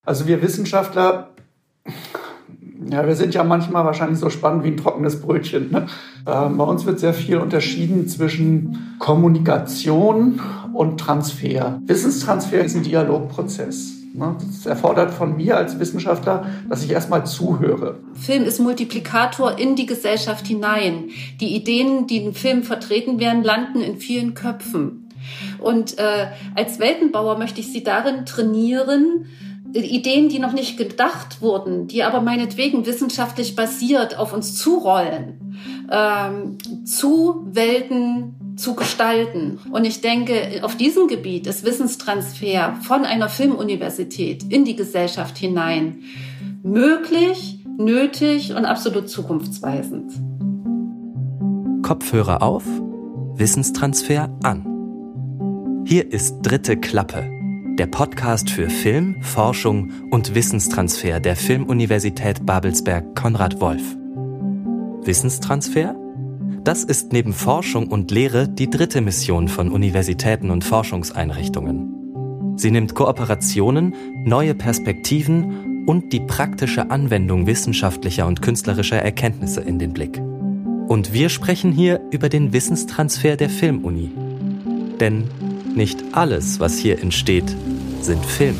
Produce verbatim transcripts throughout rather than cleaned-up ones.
Also wir Wissenschaftler, ja, wir sind ja manchmal wahrscheinlich so spannend wie ein trockenes Brötchen. Ne? Ähm, bei uns wird sehr viel unterschieden zwischen Kommunikation und Transfer. Wissenstransfer ist ein Dialogprozess. Ne? Das erfordert von mir als Wissenschaftler, dass ich erstmal zuhöre. Film ist Multiplikator in die Gesellschaft hinein. Die Ideen, die in Filmen vertreten werden, landen in vielen Köpfen. Und äh, als Weltenbauer möchte ich Sie darin trainieren, Ideen, die noch nicht gedacht wurden, die aber meinetwegen wissenschaftlich basiert auf uns zurollen, ähm, zu Welten zu gestalten. Und ich denke, auf diesem Gebiet ist Wissenstransfer von einer Filmuniversität in die Gesellschaft hinein möglich, nötig und absolut zukunftsweisend. Kopfhörer auf, Wissenstransfer an. Hier ist Dritte Klappe, der Podcast für Film, Forschung und Wissenstransfer der Filmuniversität Babelsberg Konrad Wolf. Wissenstransfer? Das ist neben Forschung und Lehre die dritte Mission von Universitäten und Forschungseinrichtungen. Sie nimmt Kooperationen, neue Perspektiven und die praktische Anwendung wissenschaftlicher und künstlerischer Erkenntnisse in den Blick. Und wir sprechen hier über den Wissenstransfer der Filmuni. Denn nicht alles, was hier entsteht, sind Filme.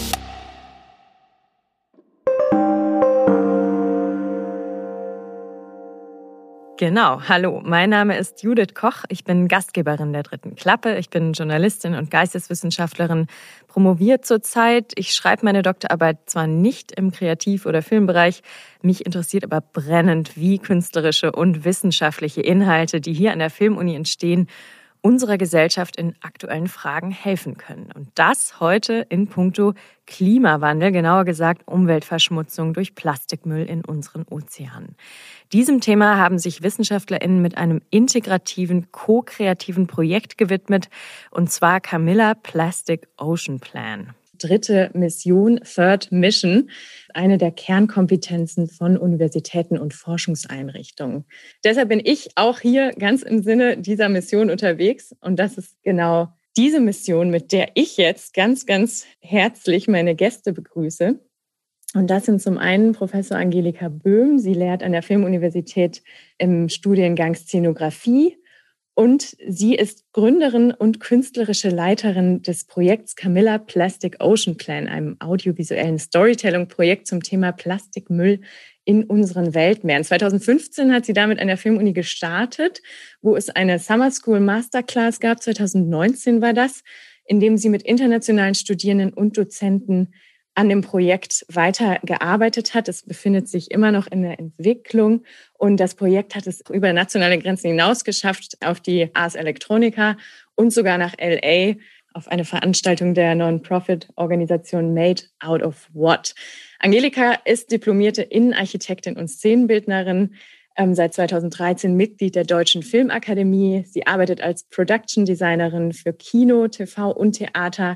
Genau, hallo, mein Name ist Judith Koch, ich bin Gastgeberin der Dritten Klappe, ich bin Journalistin und Geisteswissenschaftlerin, promoviert zurzeit. Ich schreibe meine Doktorarbeit zwar nicht im Kreativ- oder Filmbereich, mich interessiert aber brennend, wie künstlerische und wissenschaftliche Inhalte, die hier an der Filmuni entstehen, unserer Gesellschaft in aktuellen Fragen helfen können. Und das heute in puncto Klimawandel, genauer gesagt Umweltverschmutzung durch Plastikmüll in unseren Ozeanen. Diesem Thema haben sich WissenschaftlerInnen mit einem integrativen, ko-kreativen Projekt gewidmet, und zwar Camilla Plastic Ocean Plan. Dritte Mission, Third Mission, eine der Kernkompetenzen von Universitäten und Forschungseinrichtungen. Deshalb bin ich auch hier ganz im Sinne dieser Mission unterwegs. Und das ist genau diese Mission, mit der ich jetzt ganz, ganz herzlich meine Gäste begrüße. Und das sind zum einen Professor Angelika Böhm. Sie lehrt an der Filmuniversität im Studiengang Szenografie. Und sie ist Gründerin und künstlerische Leiterin des Projekts Camilla Plastic Ocean Plan, einem audiovisuellen Storytelling-Projekt zum Thema Plastikmüll in unseren Weltmeeren. zweitausendfünfzehn hat sie damit an der Filmuni gestartet, wo es eine Summer School Masterclass gab, zweitausendneunzehn war das, in dem sie mit internationalen Studierenden und Dozenten an dem Projekt weitergearbeitet hat. Es befindet sich immer noch in der Entwicklung und das Projekt hat es über nationale Grenzen hinaus geschafft auf die Ars Electronica und sogar nach L A auf eine Veranstaltung der Non-Profit-Organisation Made Out of What. Angelika ist diplomierte Innenarchitektin und Szenenbildnerin, ähm, seit zweitausenddreizehn Mitglied der Deutschen Filmakademie. Sie arbeitet als Production-Designerin für Kino, T V und Theater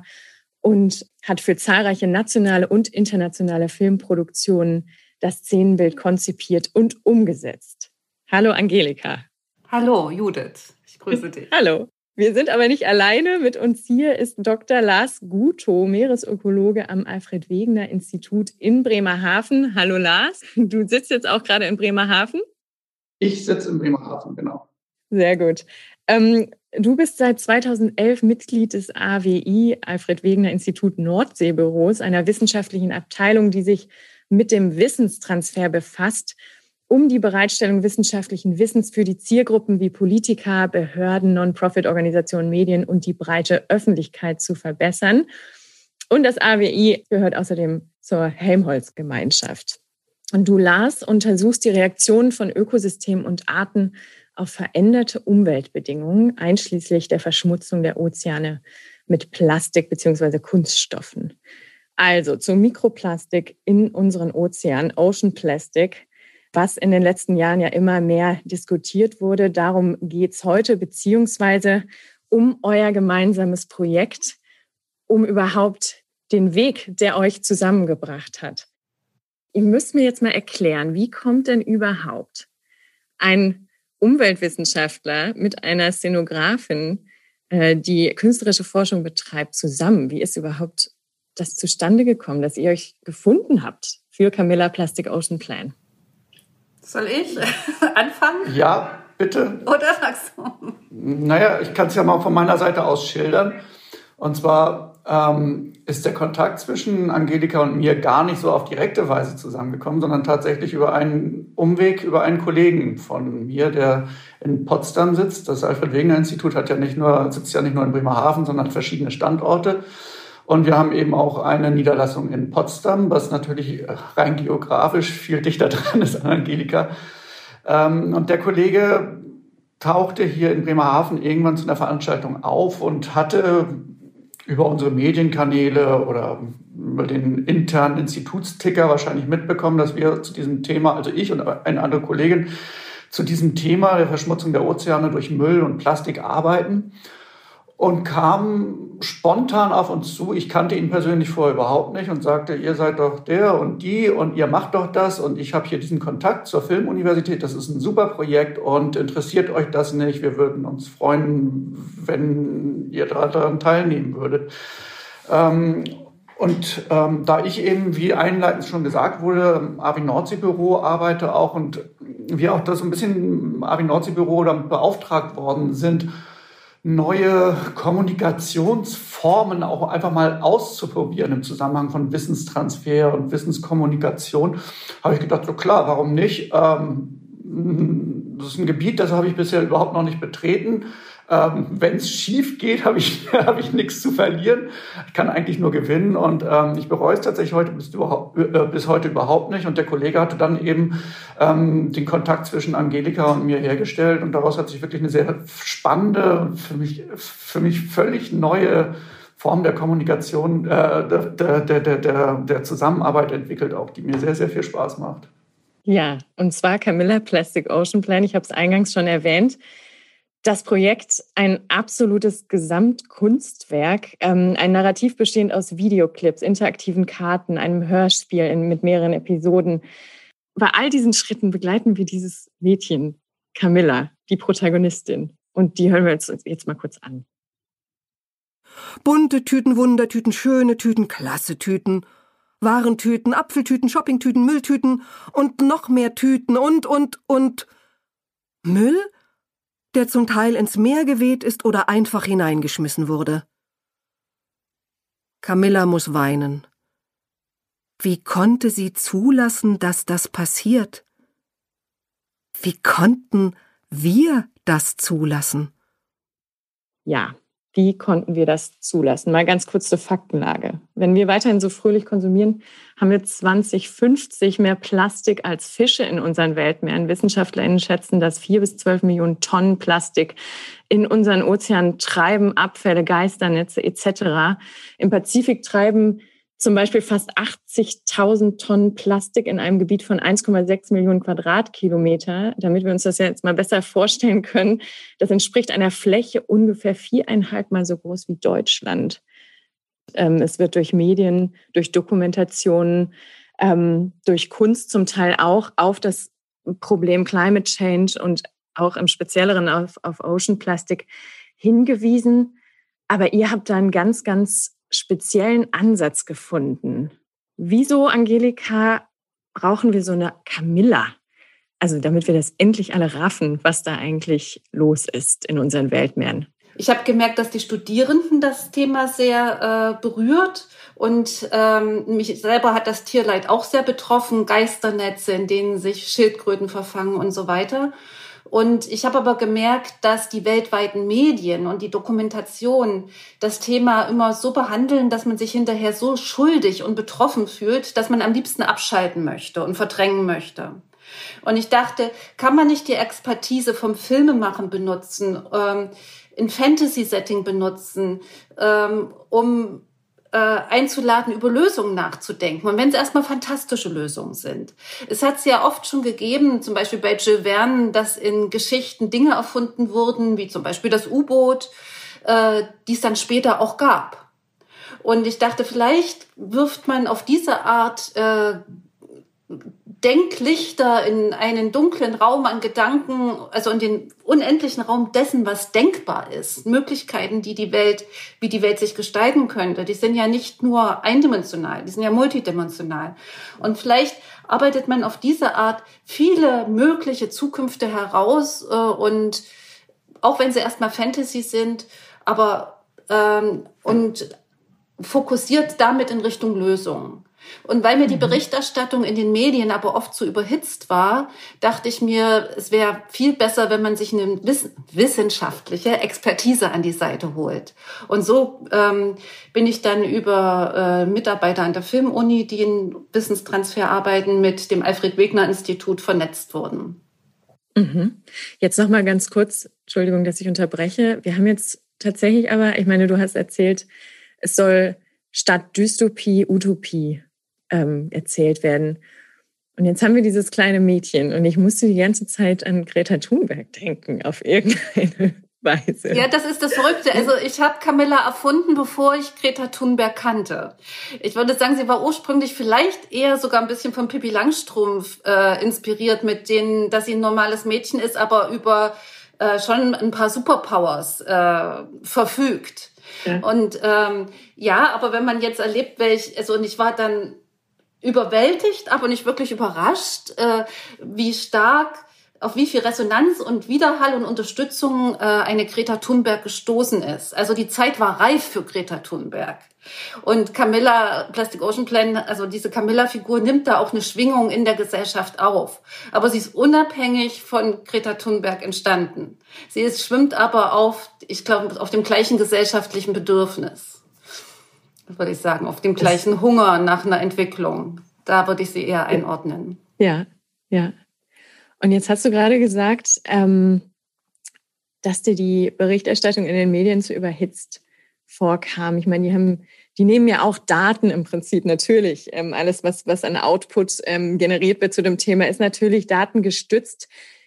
und hat für zahlreiche nationale und internationale Filmproduktionen das Szenenbild konzipiert und umgesetzt. Hallo Angelika. Hallo Judith, ich grüße dich. Hallo. Wir sind aber nicht alleine. Mit uns hier ist Doktor Lars Gutow, Meeresökologe am Alfred-Wegener-Institut in Bremerhaven. Hallo Lars, du sitzt jetzt auch gerade in Bremerhaven? Ich sitze in Bremerhaven, genau. Sehr gut. Ähm, du bist seit zweitausendelf Mitglied des A W I, Alfred-Wegener-Institut Nordseebüros, einer wissenschaftlichen Abteilung, die sich mit dem Wissenstransfer befasst, um die Bereitstellung wissenschaftlichen Wissens für die Zielgruppen wie Politiker, Behörden, Non-Profit-Organisationen, Medien und die breite Öffentlichkeit zu verbessern. Und das A W I gehört außerdem zur Helmholtz-Gemeinschaft. Und du, Lars, untersuchst die Reaktionen von Ökosystemen und Arten auf veränderte Umweltbedingungen, einschließlich der Verschmutzung der Ozeane mit Plastik bzw. Kunststoffen. Also zum Mikroplastik in unseren Ozeanen, Ocean Plastic, was in den letzten Jahren ja immer mehr diskutiert wurde. Darum geht es heute, beziehungsweise um euer gemeinsames Projekt, um überhaupt den Weg, der euch zusammengebracht hat. Ihr müsst mir jetzt mal erklären, wie kommt denn überhaupt ein Umweltwissenschaftler mit einer Szenografin, die künstlerische Forschung betreibt, zusammen? Wie ist überhaupt das zustande gekommen, dass ihr euch gefunden habt für Camilla Plastic Ocean Plan? Soll ich anfangen? Ja, bitte. Oder sagst du? Naja, ich kann es ja mal von meiner Seite aus schildern. Und zwar ähm, ist der Kontakt zwischen Angelika und mir gar nicht so auf direkte Weise zusammengekommen, sondern tatsächlich über einen Umweg, über einen Kollegen von mir, der in Potsdam sitzt. Das Alfred-Wegener-Institut hat ja nicht nur, sitzt ja nicht nur in Bremerhaven, sondern verschiedene Standorte. Und wir haben eben auch eine Niederlassung in Potsdam, was natürlich rein geografisch viel dichter dran ist an Angelika. Ähm, und der Kollege tauchte hier in Bremerhaven irgendwann zu einer Veranstaltung auf und hatte über unsere Medienkanäle oder über den internen Institutsticker wahrscheinlich mitbekommen, dass wir zu diesem Thema, also ich und eine andere Kollegin, zu diesem Thema der Verschmutzung der Ozeane durch Müll und Plastik arbeiten und kam spontan auf uns zu. Ich kannte ihn persönlich vorher überhaupt nicht und sagte, ihr seid doch der und die und ihr macht doch das und ich habe hier diesen Kontakt zur Filmuniversität. Das ist ein super Projekt und interessiert euch das nicht? Wir würden uns freuen, wenn ihr daran teilnehmen würdet. Ähm, und ähm, da ich eben, wie einleitend schon gesagt wurde, im A W I Nordsee-Büro arbeite auch und wir auch das so ein bisschen im A W I Nordsee-Büro damit beauftragt worden sind, neue Kommunikationsformen auch einfach mal auszuprobieren im Zusammenhang von Wissenstransfer und Wissenskommunikation, habe ich gedacht, so klar, warum nicht? Ähm, das ist ein Gebiet, das habe ich bisher überhaupt noch nicht betreten. Ähm, wenn es schief geht, habe ich, habe ich nichts zu verlieren. Ich kann eigentlich nur gewinnen und ähm, ich bereue es tatsächlich heute bis, überhaupt, äh, bis heute überhaupt nicht. Und der Kollege hatte dann eben ähm, den Kontakt zwischen Angelika und mir hergestellt und daraus hat sich wirklich eine sehr spannende, für mich, für mich völlig neue Form der Kommunikation, äh, der, der, der, der, der Zusammenarbeit entwickelt, auch die mir sehr, sehr viel Spaß macht. Ja, und zwar Camilla Plastic Ocean Plan, ich habe es eingangs schon erwähnt. Das Projekt, ein absolutes Gesamtkunstwerk, ähm, ein Narrativ bestehend aus Videoclips, interaktiven Karten, einem Hörspiel in, mit mehreren Episoden. Bei all diesen Schritten begleiten wir dieses Mädchen, Camilla, die Protagonistin. Und die hören wir uns jetzt mal kurz an. Bunte Tüten, Wundertüten, schöne Tüten, klasse Tüten, Warentüten, Apfeltüten, Shoppingtüten, Mülltüten und noch mehr Tüten und, und, und Müll? Der zum Teil ins Meer geweht ist oder einfach hineingeschmissen wurde. Camilla muss weinen. Wie konnte sie zulassen, dass das passiert? Wie konnten wir das zulassen? Ja, wie konnten wir das zulassen? Mal ganz kurz zur Faktenlage. Wenn wir weiterhin so fröhlich konsumieren, haben wir zwanzig fünfzig mehr Plastik als Fische in unseren Weltmeeren. WissenschaftlerInnen schätzen, dass vier bis zwölf Millionen Tonnen Plastik in unseren Ozeanen treiben, Abfälle, Geisternetze et cetera. Im Pazifik treiben zum Beispiel fast achtzigtausend Tonnen Plastik in einem Gebiet von eins Komma sechs Millionen Quadratkilometer. Damit wir uns das jetzt mal besser vorstellen können, das entspricht einer Fläche ungefähr viereinhalb Mal so groß wie Deutschland. Ähm, es wird durch Medien, durch Dokumentationen, ähm, durch Kunst zum Teil auch auf das Problem Climate Change und auch im Spezielleren auf, auf Ocean Plastic hingewiesen. Aber ihr habt da einen ganz, ganz speziellen Ansatz gefunden. Wieso, Angelika, brauchen wir so eine Camilla? Also damit wir das endlich alle raffen, was da eigentlich los ist in unseren Weltmeeren. Ich habe gemerkt, dass die Studierenden das Thema sehr äh, berührt und ähm, mich selber hat das Tierleid auch sehr betroffen, Geisternetze, in denen sich Schildkröten verfangen und so weiter. Und ich habe aber gemerkt, dass die weltweiten Medien und die Dokumentation das Thema immer so behandeln, dass man sich hinterher so schuldig und betroffen fühlt, dass man am liebsten abschalten möchte und verdrängen möchte. Und ich dachte, kann man nicht die Expertise vom Filmemachen benutzen, ähm, in Fantasy-Setting benutzen, ähm, um äh, einzuladen, über Lösungen nachzudenken. Und wenn es erstmal fantastische Lösungen sind. Es hat es ja oft schon gegeben, zum Beispiel bei Jules Verne, dass in Geschichten Dinge erfunden wurden, wie zum Beispiel das U-Boot, äh, die es dann später auch gab. Und ich dachte, vielleicht wirft man auf diese Art äh, Denklichter in einen dunklen Raum an Gedanken, also in den unendlichen Raum dessen, was denkbar ist. Möglichkeiten, die die Welt, wie die Welt sich gestalten könnte, die sind ja nicht nur eindimensional, die sind ja multidimensional. Und vielleicht arbeitet man auf diese Art viele mögliche Zukünfte heraus äh, und auch wenn sie erstmal Fantasy sind, aber ähm, und fokussiert damit in Richtung Lösungen. Und weil mir die Berichterstattung in den Medien aber oft zu überhitzt war, dachte ich mir, es wäre viel besser, wenn man sich eine wiss- wissenschaftliche Expertise an die Seite holt. Und so ähm, bin ich dann über äh, Mitarbeiter an der Filmuni, die in Wissenstransfer arbeiten, mit dem Alfred-Wegener-Institut vernetzt worden. Mhm. Jetzt noch mal ganz kurz, Entschuldigung, dass ich unterbreche. Wir haben jetzt tatsächlich aber, ich meine, du hast erzählt, es soll statt Dystopie Utopie ähm, erzählt werden. Und jetzt haben wir dieses kleine Mädchen und ich musste die ganze Zeit an Greta Thunberg denken, auf irgendeine Weise. Ja, das ist das Verrückte. Also ich habe Camilla erfunden, bevor ich Greta Thunberg kannte. Ich würde sagen, sie war ursprünglich vielleicht eher sogar ein bisschen von Pippi Langstrumpf äh, inspiriert, mit denen, dass sie ein normales Mädchen ist, aber über äh, schon ein paar Superpowers äh, verfügt. Ja. Und ähm, ja, aber wenn man jetzt erlebt, welch, also und ich war dann überwältigt, aber nicht wirklich überrascht, äh, wie stark, auf wie viel Resonanz und Widerhall und Unterstützung äh, eine Greta Thunberg gestoßen ist. Also die Zeit war reif für Greta Thunberg. Und Camilla, Plastic Ocean Plan, also diese Camilla-Figur nimmt da auch eine Schwingung in der Gesellschaft auf. Aber sie ist unabhängig von Greta Thunberg entstanden. Sie ist, schwimmt aber auf, ich glaube, auf dem gleichen gesellschaftlichen Bedürfnis. Das würde ich sagen, auf dem gleichen Hunger nach einer Entwicklung. Da würde ich sie eher einordnen. Ja, ja. Und jetzt hast du gerade gesagt, ähm, dass dir die Berichterstattung in den Medien zu überhitzt vorkam. Ich meine, die haben, die nehmen ja auch Daten im Prinzip natürlich. Ähm, alles, was, was an Output ähm, generiert wird zu dem Thema, ist natürlich datengestützt.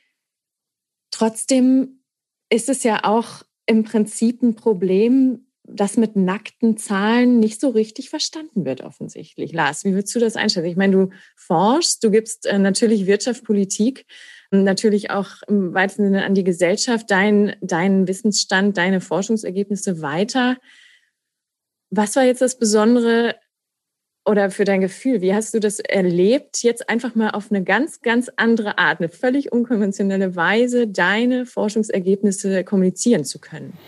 Trotzdem ist es ja auch im Prinzip ein Problem, das mit nackten Zahlen nicht so richtig verstanden wird offensichtlich. Lars, wie würdest du das einschätzen? Ich meine, du forschst, du gibst äh, natürlich Wirtschaft, Politik, natürlich auch im weitesten Sinne an die Gesellschaft deinen deinen Wissensstand, deine Forschungsergebnisse weiter. Was war jetzt das Besondere oder für dein Gefühl? Wie hast du das erlebt, jetzt einfach mal auf eine ganz, ganz andere Art, eine völlig unkonventionelle Weise deine Forschungsergebnisse kommunizieren zu können?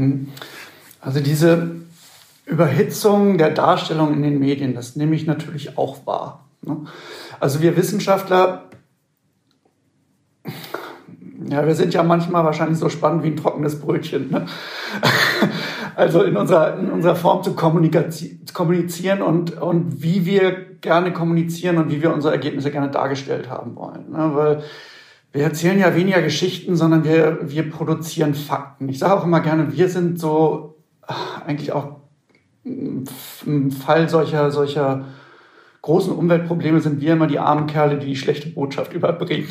Also diese Überhitzung der Darstellung in den Medien, das nehme ich natürlich auch wahr. Also wir Wissenschaftler, ja, wir sind ja manchmal wahrscheinlich so spannend wie ein trockenes Brötchen. Ne? Also in unserer, in unserer Form zu kommunizieren und, und wie wir gerne kommunizieren und wie wir unsere Ergebnisse gerne dargestellt haben wollen. Ne? Weil wir erzählen ja weniger Geschichten, sondern wir, wir produzieren Fakten. Ich sage auch immer gerne, wir sind so eigentlich auch im Fall solcher, solcher großen Umweltprobleme sind wir immer die armen Kerle, die die schlechte Botschaft überbringen.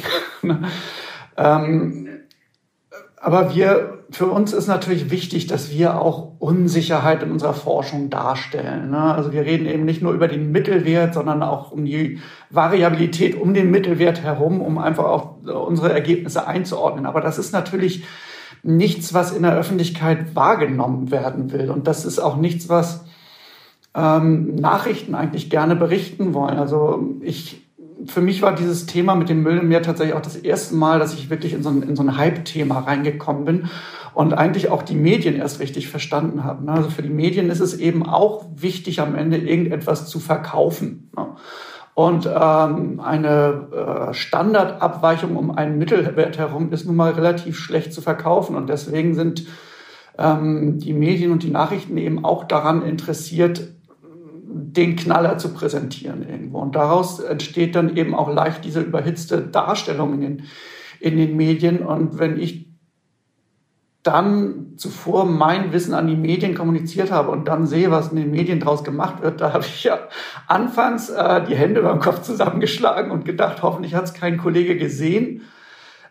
ähm, aber wir, für uns ist natürlich wichtig, dass wir auch Unsicherheit in unserer Forschung darstellen. Ne? Also wir reden eben nicht nur über den Mittelwert, sondern auch um die Variabilität um den Mittelwert herum, um einfach auch unsere Ergebnisse einzuordnen. Aber das ist natürlich nichts, was in der Öffentlichkeit wahrgenommen werden will. Und das ist auch nichts, was ähm, Nachrichten eigentlich gerne berichten wollen. Also ich, für mich war dieses Thema mit dem Müll im Meer tatsächlich auch das erste Mal, dass ich wirklich in so ein, in so ein Hype-Thema reingekommen bin und eigentlich auch die Medien erst richtig verstanden habe. Also für die Medien ist es eben auch wichtig, am Ende irgendetwas zu verkaufen. Und ähm, eine äh, Standardabweichung um einen Mittelwert herum ist nun mal relativ schlecht zu verkaufen. Und deswegen sind ähm, die Medien und die Nachrichten eben auch daran interessiert, den Knaller zu präsentieren irgendwo. Und daraus entsteht dann eben auch leicht diese überhitzte Darstellung in den, in den Medien. Und wenn ich dann zuvor mein Wissen an die Medien kommuniziert habe und dann sehe, was in den Medien draus gemacht wird, da habe ich ja anfangs äh, die Hände über den Kopf zusammengeschlagen und gedacht, hoffentlich hat es kein Kollege gesehen.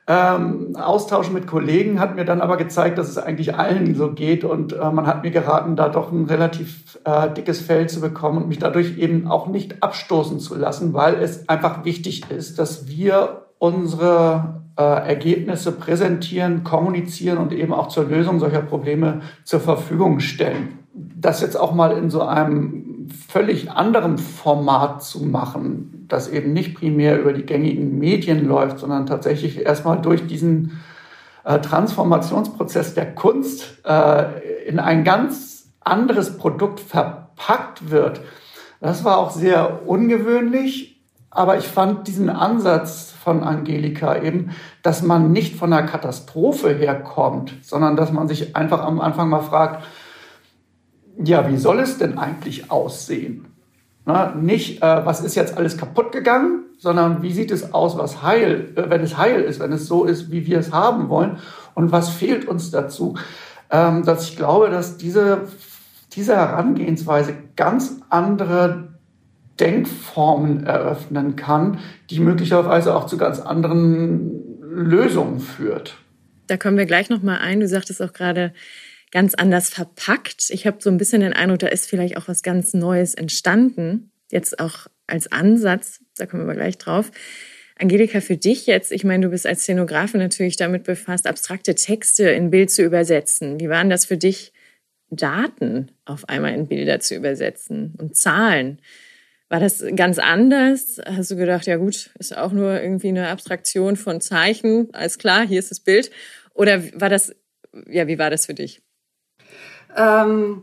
Ähm, Austausch mit Kollegen hat mir dann aber gezeigt, dass es eigentlich allen so geht und äh, man hat mir geraten, da doch ein relativ äh, dickes Fell zu bekommen und mich dadurch eben auch nicht abstoßen zu lassen, weil es einfach wichtig ist, dass wir unsere äh, Ergebnisse präsentieren, kommunizieren und eben auch zur Lösung solcher Probleme zur Verfügung stellen. Das jetzt auch mal in so einem völlig anderen Format zu machen, das eben nicht primär über die gängigen Medien läuft, sondern tatsächlich erstmal durch diesen äh, Transformationsprozess der Kunst äh, in ein ganz anderes Produkt verpackt wird. Das war auch sehr ungewöhnlich, aber ich fand diesen Ansatz von Angelika eben, dass man nicht von einer Katastrophe herkommt, sondern dass man sich einfach am Anfang mal fragt, ja, wie soll es denn eigentlich aussehen? Na, nicht, äh, was ist jetzt alles kaputt gegangen, sondern wie sieht es aus, was heil, äh, wenn es heil ist, wenn es so ist, wie wir es haben wollen und was fehlt uns dazu? Ähm, dass ich glaube, dass diese, diese Herangehensweise ganz andere Denkformen eröffnen kann, die möglicherweise auch zu ganz anderen Lösungen führt. Da kommen wir gleich noch mal ein. Du sagtest auch gerade, ganz anders verpackt. Ich habe so ein bisschen den Eindruck, da ist vielleicht auch was ganz Neues entstanden. Jetzt auch als Ansatz, da kommen wir gleich drauf. Angelika, für dich jetzt, ich meine, du bist als Szenografin natürlich damit befasst, abstrakte Texte in Bild zu übersetzen. Wie waren das für dich, Daten auf einmal in Bilder zu übersetzen und Zahlen? War das ganz anders? Hast du gedacht, ja gut, ist auch nur irgendwie eine Abstraktion von Zeichen, alles klar, hier ist das Bild. Oder war das, ja, wie war das für dich? Ähm,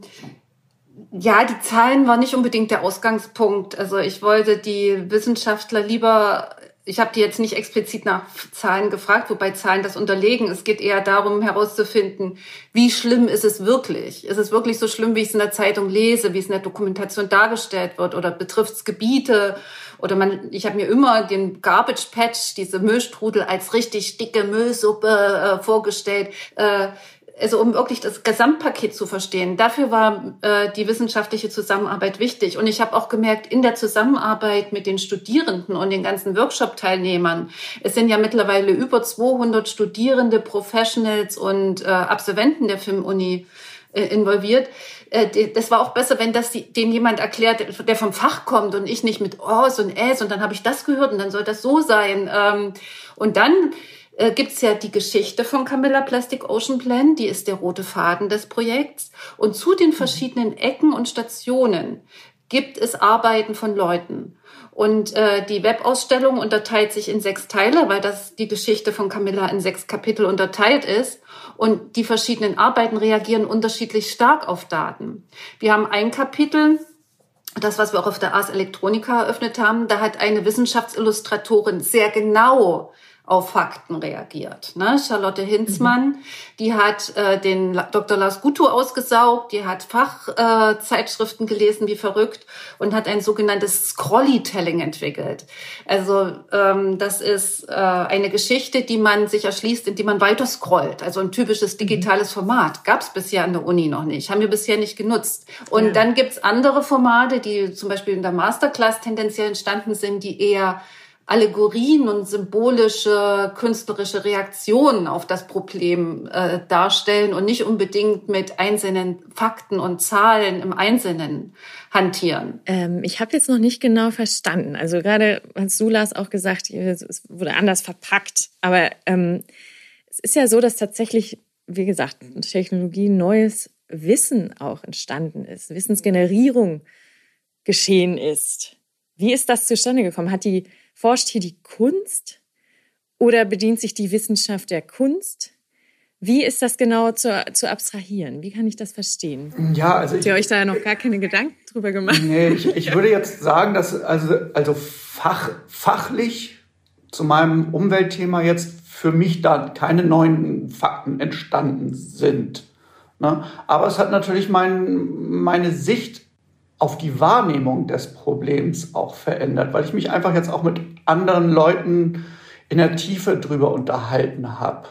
ja, die Zahlen waren nicht unbedingt der Ausgangspunkt. Also ich wollte die Wissenschaftler lieber, ich habe die jetzt nicht explizit nach Zahlen gefragt, wobei Zahlen das unterlegen. Es geht eher darum herauszufinden, wie schlimm ist es wirklich? Ist es wirklich so schlimm, wie ich es in der Zeitung lese, wie es in der Dokumentation dargestellt wird? Oder betrifft es Gebiete? Oder man, ich habe mir immer den Garbage Patch, diese Müllstrudel, als richtig dicke Müllsuppe äh, vorgestellt. Äh, Also um wirklich das Gesamtpaket zu verstehen. Dafür war äh, die wissenschaftliche Zusammenarbeit wichtig. Und ich habe auch gemerkt, in der Zusammenarbeit mit den Studierenden und den ganzen Workshop-Teilnehmern, es sind ja mittlerweile über zweihundert Studierende, Professionals und äh, Absolventen der Filmuni äh, involviert. Äh, das war auch besser, wenn das die, denen jemand erklärt, der vom Fach kommt und ich nicht mit Ohs und Äs und dann habe ich das gehört und dann soll das so sein. Ähm, und dann Äh, gibt's ja die Geschichte von Camilla Plastic Ocean Plan, die ist der rote Faden des Projekts. Und zu den verschiedenen Ecken und Stationen gibt es Arbeiten von Leuten. Und äh, die Webausstellung unterteilt sich in sechs Teile, weil das die Geschichte von Camilla in sechs Kapitel unterteilt ist. Und die verschiedenen Arbeiten reagieren unterschiedlich stark auf Daten. Wir haben ein Kapitel, das, was wir auch auf der Ars Electronica eröffnet haben, da hat eine Wissenschaftsillustratorin sehr genau auf Fakten reagiert. Ne? Charlotte Hinzmann, mhm. die hat äh, den Doktor Lars Gutto ausgesaugt, die hat Fachzeitschriften äh, gelesen wie verrückt und hat ein sogenanntes Scrollytelling entwickelt. Also ähm, das ist äh, eine Geschichte, die man sich erschließt, indem man weiter scrollt. Also ein typisches digitales Format. Gab es bisher an der Uni noch nicht, haben wir bisher nicht genutzt. Und ja. dann gibt's andere Formate, die zum Beispiel in der Masterclass tendenziell entstanden sind, die eher Allegorien und symbolische, künstlerische Reaktionen auf das Problem äh, darstellen und nicht unbedingt mit einzelnen Fakten und Zahlen im Einzelnen hantieren. Ähm, ich habe jetzt noch nicht genau verstanden. Also gerade hast du, Lars, auch gesagt, es wurde anders verpackt. Aber ähm, es ist ja so, dass tatsächlich, wie gesagt, Technologie, neues Wissen auch entstanden ist, Wissensgenerierung geschehen ist. Wie ist das zustande gekommen? Hat die Forscht hier die Kunst oder bedient sich die Wissenschaft der Kunst? Wie ist das genau zu, zu abstrahieren? Wie kann ich das verstehen? Ja, also Habt ihr euch da ja noch gar keine Gedanken drüber gemacht? Nee, ich, ich würde jetzt sagen, dass also, also fach, fachlich zu meinem Umweltthema jetzt für mich da keine neuen Fakten entstanden sind. Ne? Aber es hat natürlich mein, meine Sicht auf die Wahrnehmung des Problems auch verändert, weil ich mich einfach jetzt auch mit anderen Leuten in der Tiefe drüber unterhalten habe.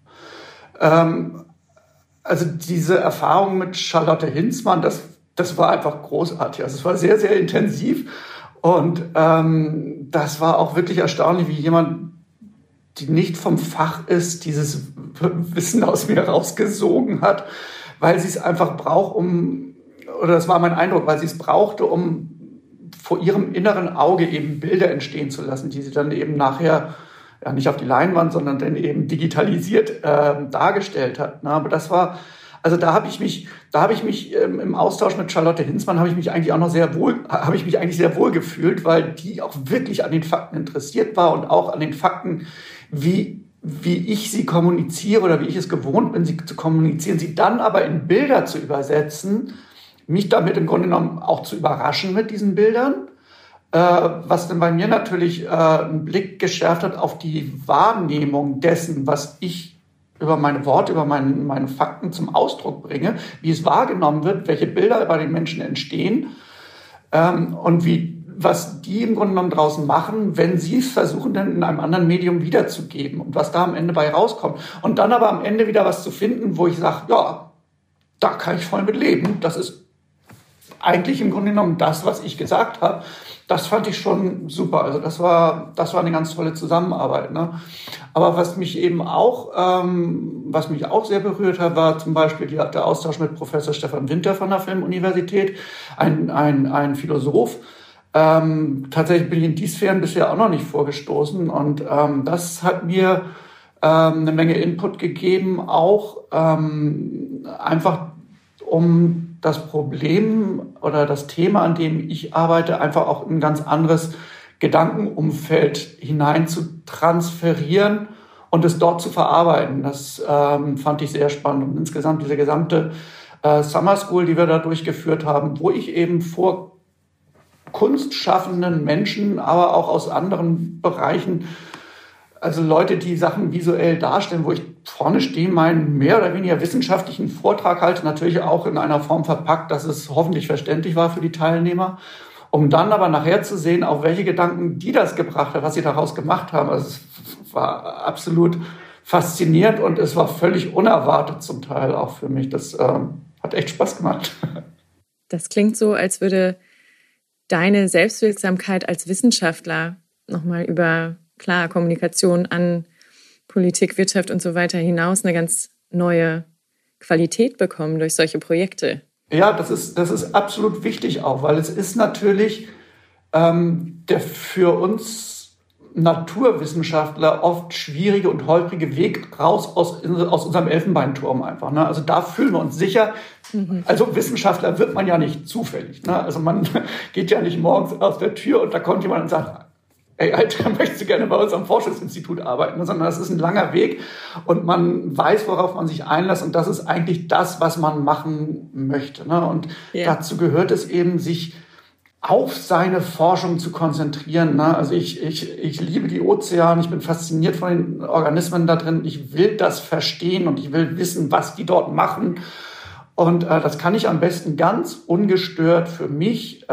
Ähm, also diese Erfahrung mit Charlotte Hinzmann, das, das war einfach großartig. Also es war sehr, sehr intensiv und ähm, das war auch wirklich erstaunlich, wie jemand die nicht vom Fach ist, dieses Wissen aus mir rausgesogen hat, weil sie es einfach braucht, um, oder das war mein Eindruck, weil sie es brauchte, um vor ihrem inneren Auge eben Bilder entstehen zu lassen, die sie dann eben nachher ja nicht auf die Leinwand, sondern dann eben digitalisiert äh, dargestellt hat. Ne? Aber das war, also da habe ich mich, da habe ich mich ähm, im Austausch mit Charlotte Hinzmann habe ich mich eigentlich auch noch sehr wohl, habe ich mich eigentlich sehr wohl gefühlt, weil die auch wirklich an den Fakten interessiert war und auch an den Fakten, wie wie ich sie kommuniziere oder wie ich es gewohnt bin, sie zu kommunizieren, sie dann aber in Bilder zu übersetzen, mich damit im Grunde genommen auch zu überraschen mit diesen Bildern. Äh, was dann bei mir natürlich äh, einen Blick geschärft hat auf die Wahrnehmung dessen, was ich über meine Worte, über meine, meine Fakten zum Ausdruck bringe, wie es wahrgenommen wird, welche Bilder bei den Menschen entstehen ähm, und wie, was die im Grunde genommen draußen machen, wenn sie es versuchen, dann in einem anderen Medium wiederzugeben und was da am Ende bei rauskommt. Und dann aber am Ende wieder was zu finden, wo ich sage, ja, da kann ich voll mit leben. Das ist eigentlich im Grunde genommen das, was ich gesagt habe. Das fand ich schon super. Also das war, das war eine ganz tolle Zusammenarbeit. Ne? Aber was mich eben auch, ähm, was mich auch sehr berührt hat, war zum Beispiel die, der Austausch mit Professor Stefan Winter von der Filmuniversität, ein, ein, ein Philosoph. Ähm, tatsächlich bin ich in die Sphären bisher auch noch nicht vorgestoßen. Und ähm, das hat mir ähm, eine Menge Input gegeben, auch ähm, einfach um das Problem oder das Thema, an dem ich arbeite, einfach auch in ein ganz anderes Gedankenumfeld hinein zu transferieren und es dort zu verarbeiten. Das ähm, fand ich sehr spannend. Und insgesamt diese gesamte äh, Summer School, die wir da durchgeführt haben, wo ich eben vor kunstschaffenden Menschen, aber auch aus anderen Bereichen, also Leute, die Sachen visuell darstellen, wo ich vorne stehe, meinen mehr oder weniger wissenschaftlichen Vortrag halte, natürlich auch in einer Form verpackt, dass es hoffentlich verständlich war für die Teilnehmer, um dann aber nachher zu sehen, auf welche Gedanken die das gebracht hat, was sie daraus gemacht haben. Also es war absolut faszinierend und es war völlig unerwartet zum Teil auch für mich. Das ähm, hat echt Spaß gemacht. Das klingt so, als würde deine Selbstwirksamkeit als Wissenschaftler nochmal über klar, Kommunikation an Politik, Wirtschaft und so weiter hinaus eine ganz neue Qualität bekommen durch solche Projekte. Ja, das ist, das ist absolut wichtig auch, weil es ist natürlich ähm, der für uns Naturwissenschaftler oft schwierige und holprige Weg raus aus, aus unserem Elfenbeinturm einfach. Ne? Also da fühlen wir uns sicher. Mhm. Also Wissenschaftler wird man ja nicht zufällig. Ne? Also man geht ja nicht morgens aus der Tür und da kommt jemand und sagt, ey, Alter, möchtest du gerne bei uns am Forschungsinstitut arbeiten, sondern das ist ein langer Weg und man weiß, worauf man sich einlässt und das ist eigentlich das, was man machen möchte. Ne? Und yeah. dazu gehört es eben, sich auf seine Forschung zu konzentrieren. Ne? Also ich, ich, ich liebe die Ozeane, ich bin fasziniert von den Organismen da drin, ich will das verstehen und ich will wissen, was die dort machen. Und äh, das kann ich am besten ganz ungestört für mich äh,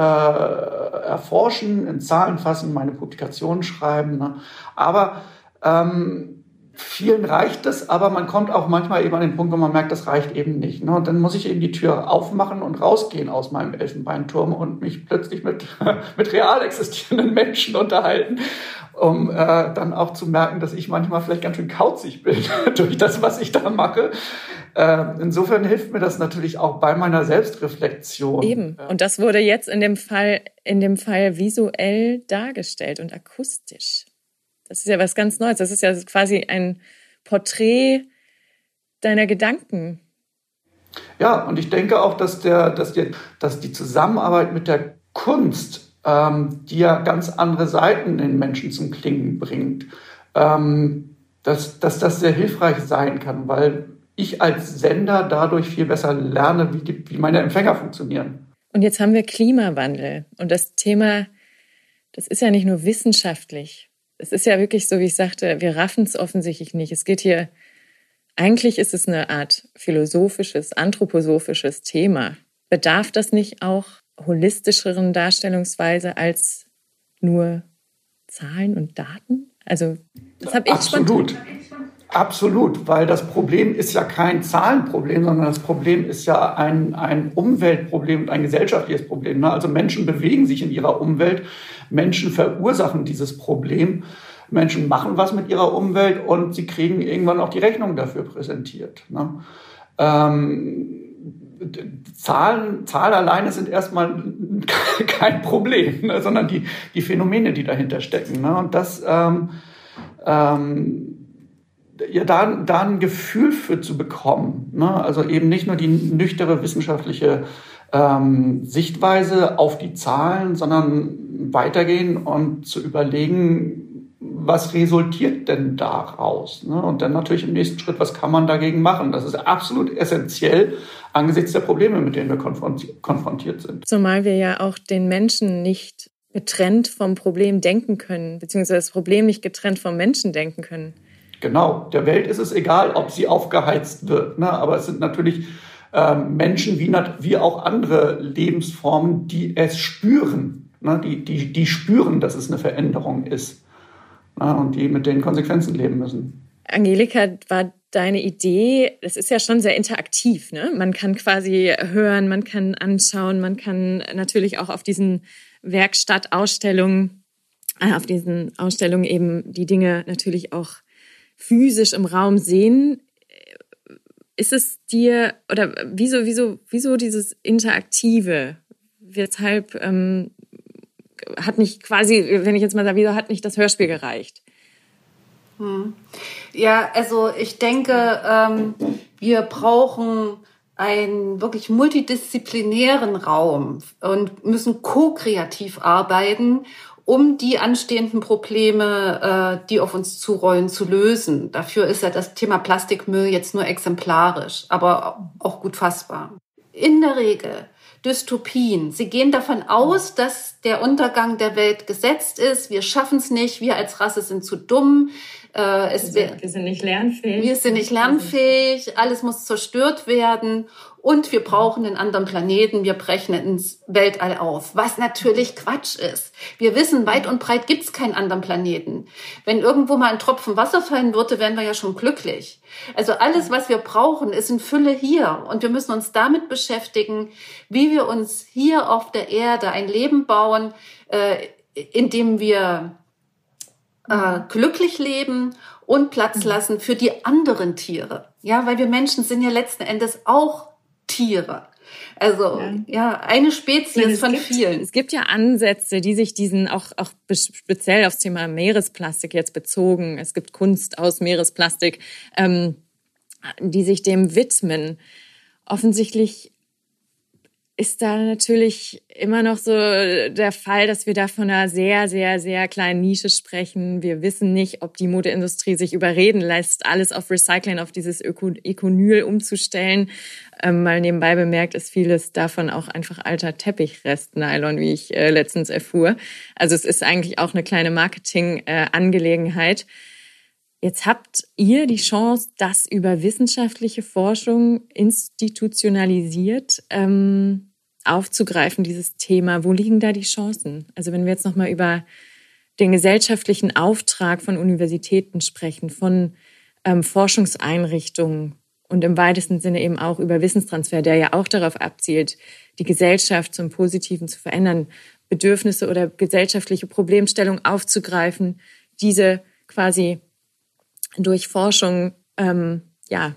erforschen, in Zahlen fassen, meine Publikationen schreiben. Ne? Aber ähm, vielen reicht das, aber man kommt auch manchmal eben an den Punkt, wo man merkt, das reicht eben nicht. Ne? Und dann muss ich eben die Tür aufmachen und rausgehen aus meinem Elfenbeinturm und mich plötzlich mit, mit real existierenden Menschen unterhalten, um äh, dann auch zu merken, dass ich manchmal vielleicht ganz schön kauzig bin durch das, was ich da mache. Äh, insofern hilft mir das natürlich auch bei meiner Selbstreflexion. Eben. Und das wurde jetzt in dem Fall, in dem Fall visuell dargestellt und akustisch. Das ist ja was ganz Neues. Das ist ja quasi ein Porträt deiner Gedanken. Ja, und ich denke auch, dass, der, dass, die, dass die Zusammenarbeit mit der Kunst, ähm, die ja ganz andere Seiten in Menschen zum Klingen bringt, ähm, dass, dass das sehr hilfreich sein kann, weil ich als Sender dadurch viel besser lerne, wie, die, wie meine Empfänger funktionieren. Und jetzt haben wir Klimawandel. Und das Thema, das ist ja nicht nur wissenschaftlich. Es ist ja wirklich so, wie ich sagte, wir raffen es offensichtlich nicht. Es geht hier, eigentlich ist es eine Art philosophisches, anthroposophisches Thema. Bedarf das nicht auch holistischeren Darstellungsweise als nur Zahlen und Daten? Also, das habe ich Absolut. spontan. Absolut, weil das Problem ist ja kein Zahlenproblem, sondern das Problem ist ja ein, ein Umweltproblem und ein gesellschaftliches Problem. Ne? Also Menschen bewegen sich in ihrer Umwelt. Menschen verursachen dieses Problem. Menschen machen was mit ihrer Umwelt und sie kriegen irgendwann auch die Rechnung dafür präsentiert. Ne? Ähm, Zahlen, Zahlen alleine sind erstmal kein Problem, ne? sondern die, die Phänomene, die dahinter stecken. Ne? Und das, ähm, ähm, ja, da, da ein Gefühl für zu bekommen, ne? Also eben nicht nur die nüchterne wissenschaftliche ähm, Sichtweise auf die Zahlen, sondern weitergehen und zu überlegen, was resultiert denn daraus? Ne? Und dann natürlich im nächsten Schritt, was kann man dagegen machen? Das ist absolut essentiell angesichts der Probleme, mit denen wir konfrontiert sind. Zumal wir ja auch den Menschen nicht getrennt vom Problem denken können, beziehungsweise das Problem nicht getrennt vom Menschen denken können. Genau, der Welt ist es egal, ob sie aufgeheizt wird. Ne? Aber es sind natürlich ähm, Menschen wie, wie auch andere Lebensformen, die es spüren. Ne? Die, die, die spüren, dass es eine Veränderung ist. Ne? Und die mit den Konsequenzen leben müssen. Angelika, war deine Idee, das ist ja schon sehr interaktiv. Ne? Man kann quasi hören, man kann anschauen, man kann natürlich auch auf diesen Werkstattausstellungen, äh, auf diesen Ausstellungen eben die Dinge natürlich auch physisch im Raum sehen. Ist es dir, oder wieso, wieso, wieso dieses Interaktive? Weshalb ähm, hat nicht quasi, wenn ich jetzt mal sage, wieso hat nicht das Hörspiel gereicht? Hm. Ja, also ich denke, ähm, wir brauchen einen wirklich multidisziplinären Raum und müssen ko-kreativ arbeiten, um die anstehenden Probleme, äh, die auf uns zurollen, zu lösen. Dafür ist ja das Thema Plastikmüll jetzt nur exemplarisch, aber auch gut fassbar. In der Regel Dystopien. Sie gehen davon aus, dass der Untergang der Welt gesetzt ist. Wir schaffen es nicht. Wir als Rasse sind zu dumm. Äh, es wir, sind, wir sind nicht lernfähig. Wir sind nicht lernfähig. Alles muss zerstört werden. Und wir brauchen einen anderen Planeten. Wir brechen ins Weltall auf. Was natürlich Quatsch ist. Wir wissen, weit und breit gibt's keinen anderen Planeten. Wenn irgendwo mal ein Tropfen Wasser fallen würde, wären wir ja schon glücklich. Also alles, was wir brauchen, ist in Fülle hier. Und wir müssen uns damit beschäftigen, wie wir uns hier auf der Erde ein Leben bauen, äh, in dem wir äh, glücklich leben und Platz lassen für die anderen Tiere. Ja, weil wir Menschen sind ja letzten Endes auch Tiere. Also ja, ja eine Spezies von gibt, vielen. Es gibt ja Ansätze, die sich diesen auch, auch speziell aufs Thema Meeresplastik jetzt bezogen. Es gibt Kunst aus Meeresplastik, ähm, die sich dem widmen. Offensichtlich ist da natürlich immer noch so der Fall, dass wir da von einer sehr, sehr, sehr kleinen Nische sprechen. Wir wissen nicht, ob die Modeindustrie sich überreden lässt, alles auf Recycling, auf dieses Öko- Econyl umzustellen. Ähm, mal nebenbei bemerkt, ist vieles davon auch einfach alter Teppichrest-Nylon, wie ich äh, letztens erfuhr. Also es ist eigentlich auch eine kleine Marketing-Angelegenheit. Äh, Jetzt habt ihr die Chance, das über wissenschaftliche Forschung institutionalisiert ähm, aufzugreifen, dieses Thema. Wo liegen da die Chancen? Also wenn wir jetzt nochmal über den gesellschaftlichen Auftrag von Universitäten sprechen, von ähm, Forschungseinrichtungen und im weitesten Sinne eben auch über Wissenstransfer, der ja auch darauf abzielt, die Gesellschaft zum Positiven zu verändern, Bedürfnisse oder gesellschaftliche Problemstellungen aufzugreifen, diese quasi durch Forschung, ähm, ja,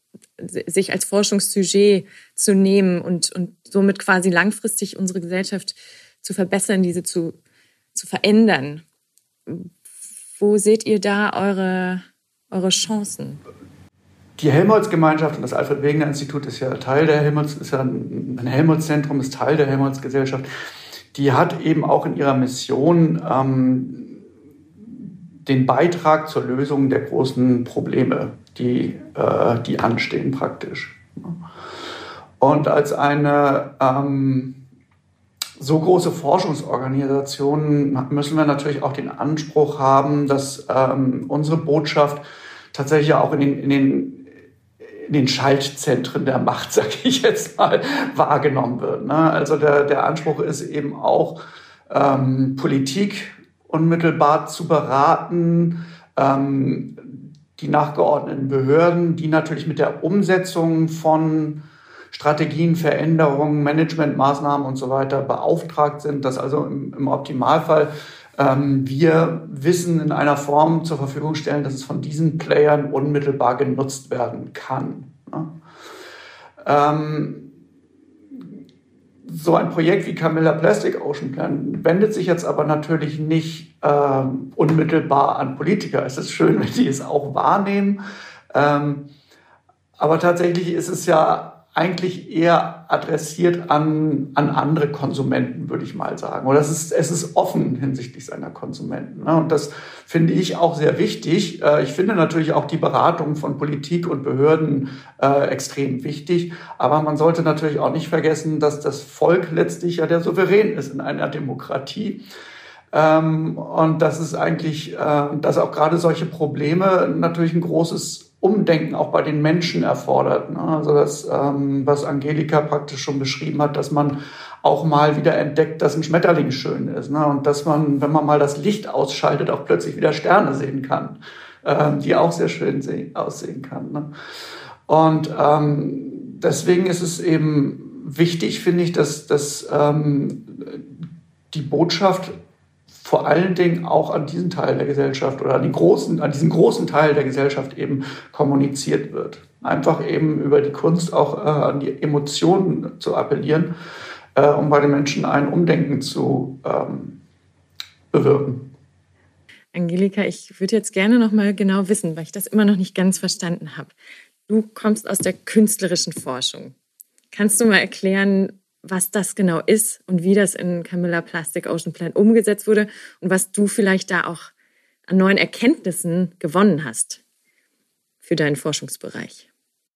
sich als Forschungssujet zu nehmen und, und somit quasi langfristig unsere Gesellschaft zu verbessern, diese zu, zu verändern. Wo seht ihr da eure, eure Chancen? Die Helmholtz-Gemeinschaft und das Alfred-Wegener-Institut ist ja Teil der Helmholtz, ist ja ein Helmholtz-Zentrum, ist Teil der Helmholtz-Gesellschaft. Die hat eben auch in ihrer Mission ähm, den Beitrag zur Lösung der großen Probleme, die, äh, die anstehen praktisch. Und als eine ähm, so große Forschungsorganisation müssen wir natürlich auch den Anspruch haben, dass ähm, unsere Botschaft tatsächlich auch in den, in den, in den Schaltzentren der Macht, sage ich jetzt mal, wahrgenommen wird. Ne? Also der, der Anspruch ist eben auch, ähm, Politik unmittelbar zu beraten, ähm, die nachgeordneten Behörden, die natürlich mit der Umsetzung von Strategien, Veränderungen, Managementmaßnahmen und so weiter beauftragt sind, dass also im, im Optimalfall ähm, wir Wissen in einer Form zur Verfügung stellen, dass es von diesen Playern unmittelbar genutzt werden kann. Ne? Ähm, So ein Projekt wie Camilla Plastic Ocean Plan wendet sich jetzt aber natürlich nicht ähm, unmittelbar an Politiker. Es ist schön, wenn sie es auch wahrnehmen. Ähm, aber tatsächlich ist es ja eigentlich eher adressiert an, an andere Konsumenten, würde ich mal sagen. Oder es ist, es ist offen hinsichtlich seiner Konsumenten. Ne? Und das finde ich auch sehr wichtig. Äh, ich finde natürlich auch die Beratung von Politik und Behörden äh, extrem wichtig. Aber man sollte natürlich auch nicht vergessen, dass das Volk letztlich ja der Souverän ist in einer Demokratie. Ähm, und das ist eigentlich, äh, dass auch gerade solche Probleme natürlich ein großes Umdenken auch bei den Menschen erfordert. Ne? Also das, ähm, was Angelika praktisch schon beschrieben hat, dass man auch mal wieder entdeckt, dass ein Schmetterling schön ist. Ne? Und dass man, wenn man mal das Licht ausschaltet, auch plötzlich wieder Sterne sehen kann, ähm, die auch sehr schön sehen, aussehen kann. Ne? Und ähm, deswegen ist es eben wichtig, finde ich, dass, dass ähm, die Botschaft vor allen Dingen auch an diesen Teil der Gesellschaft oder an, die großen, an diesen großen Teil der Gesellschaft eben kommuniziert wird. Einfach eben über die Kunst auch äh, an die Emotionen zu appellieren, äh, um bei den Menschen ein Umdenken zu ähm, bewirken. Angelika, ich würde jetzt gerne noch mal genau wissen, weil ich das immer noch nicht ganz verstanden habe. Du kommst aus der künstlerischen Forschung. Kannst du mal erklären, was das genau ist und wie das in Camilla Plastic Ocean Plan umgesetzt wurde und was du vielleicht da auch an neuen Erkenntnissen gewonnen hast für deinen Forschungsbereich?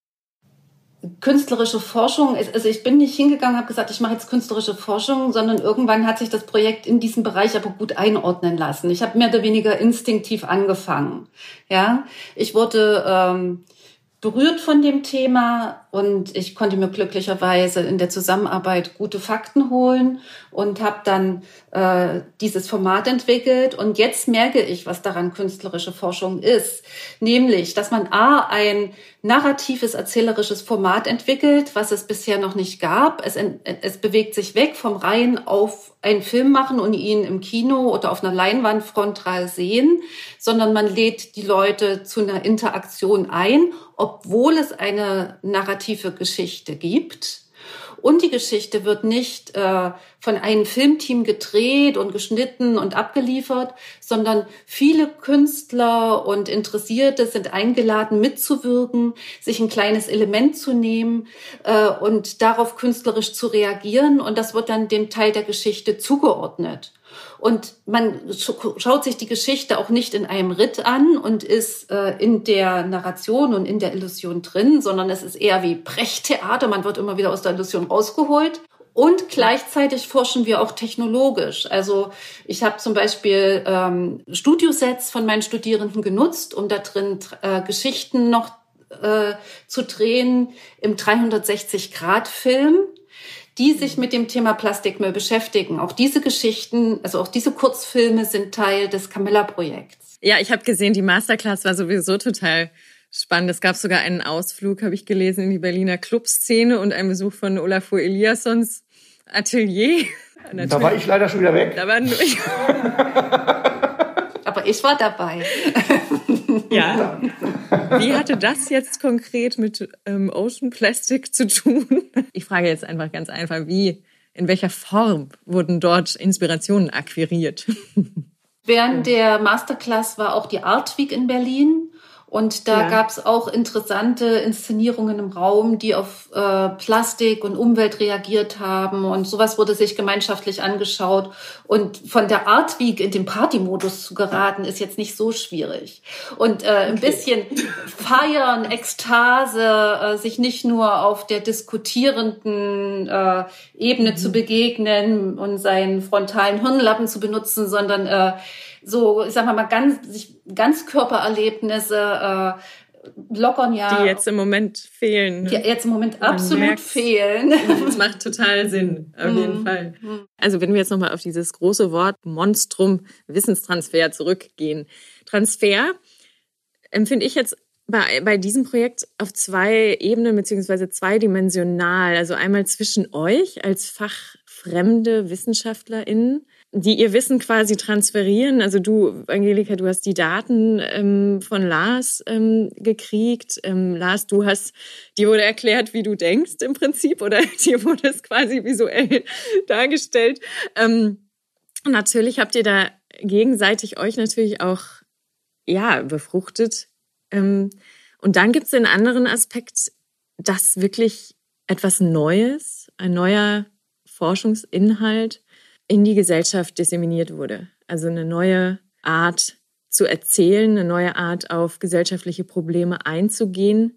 Künstlerische Forschung, also ich bin nicht hingegangen und habe gesagt, ich mache jetzt künstlerische Forschung, sondern irgendwann hat sich das Projekt in diesem Bereich aber gut einordnen lassen. Ich habe mehr oder weniger instinktiv angefangen. Ja, ich wurde ähm, berührt von dem Thema und ich konnte mir glücklicherweise in der Zusammenarbeit gute Fakten holen und habe dann äh, dieses Format entwickelt. Und jetzt merke ich, was daran künstlerische Forschung ist, nämlich, dass man a. ein narratives, erzählerisches Format entwickelt, was es bisher noch nicht gab. Es, es bewegt sich weg vom rein auf einen Film machen und ihn im Kino oder auf einer Leinwand frontal sehen, sondern man lädt die Leute zu einer Interaktion ein, obwohl es eine narrative Geschichte gibt. Und die Geschichte wird nicht äh, von einem Filmteam gedreht und geschnitten und abgeliefert, sondern viele Künstler und Interessierte sind eingeladen, mitzuwirken, sich ein kleines Element zu nehmen äh, und darauf künstlerisch zu reagieren. Und das wird dann dem Teil der Geschichte zugeordnet. Und man schaut sich die Geschichte auch nicht in einem Ritt an und ist äh, in der Narration und in der Illusion drin, sondern es ist eher wie Brechttheater. Man wird immer wieder aus der Illusion rausgeholt. Und gleichzeitig forschen wir auch technologisch. Also ich habe zum Beispiel ähm, Studiosets von meinen Studierenden genutzt, um da drin äh, Geschichten noch äh, zu drehen im dreihundertsechzig Grad Film, die sich mit dem Thema Plastikmüll beschäftigen. Auch diese Geschichten, also auch diese Kurzfilme sind Teil des Camilla-Projekts. Ja, ich habe gesehen, die Masterclass war sowieso total spannend. Es gab sogar einen Ausflug, habe ich gelesen, in die Berliner Clubszene und einen Besuch von Olafur Eliassons Atelier. Da war ich leider schon wieder weg. Da war nur ich. Aber ich war dabei. Ja. Wie hatte das jetzt konkret mit ähm, Ocean Plastic zu tun? Ich frage jetzt einfach ganz einfach, wie, in welcher Form wurden dort Inspirationen akquiriert? Während der Masterclass war auch die Art Week in Berlin. Und da ja. gab es auch interessante Inszenierungen im Raum, die auf äh, Plastik und Umwelt reagiert haben. Und sowas wurde sich gemeinschaftlich angeschaut. Und von der Art Week in den Partymodus zu geraten, ist jetzt nicht so schwierig. Und äh, ein okay. bisschen feiern, Ekstase, äh, sich nicht nur auf der diskutierenden äh, Ebene mhm. zu begegnen und seinen frontalen Hirnlappen zu benutzen, sondern äh, so, ich sag mal, mal ganz, sich, Ganzkörpererlebnisse äh, lockern ja. Die jetzt im Moment fehlen. Ne? Die jetzt im Moment absolut fehlen. Das macht total Sinn, auf jeden Fall. Also wenn wir jetzt nochmal auf dieses große Wort Monstrum Wissenstransfer zurückgehen. Transfer empfinde ich jetzt bei, bei diesem Projekt auf zwei Ebenen beziehungsweise zweidimensional. Also einmal zwischen euch als fachfremde WissenschaftlerInnen, die ihr Wissen quasi transferieren. Also du, Angelika, du hast die Daten ähm, von Lars ähm, gekriegt. Ähm, Lars, du hast, dir wurde erklärt, wie du denkst im Prinzip, oder dir wurde es quasi visuell dargestellt. Ähm, natürlich habt ihr da gegenseitig euch natürlich auch ja befruchtet. Ähm, und dann gibt es den anderen Aspekt, dass wirklich etwas Neues, ein neuer Forschungsinhalt in die Gesellschaft disseminiert wurde. Also eine neue Art zu erzählen, eine neue Art auf gesellschaftliche Probleme einzugehen.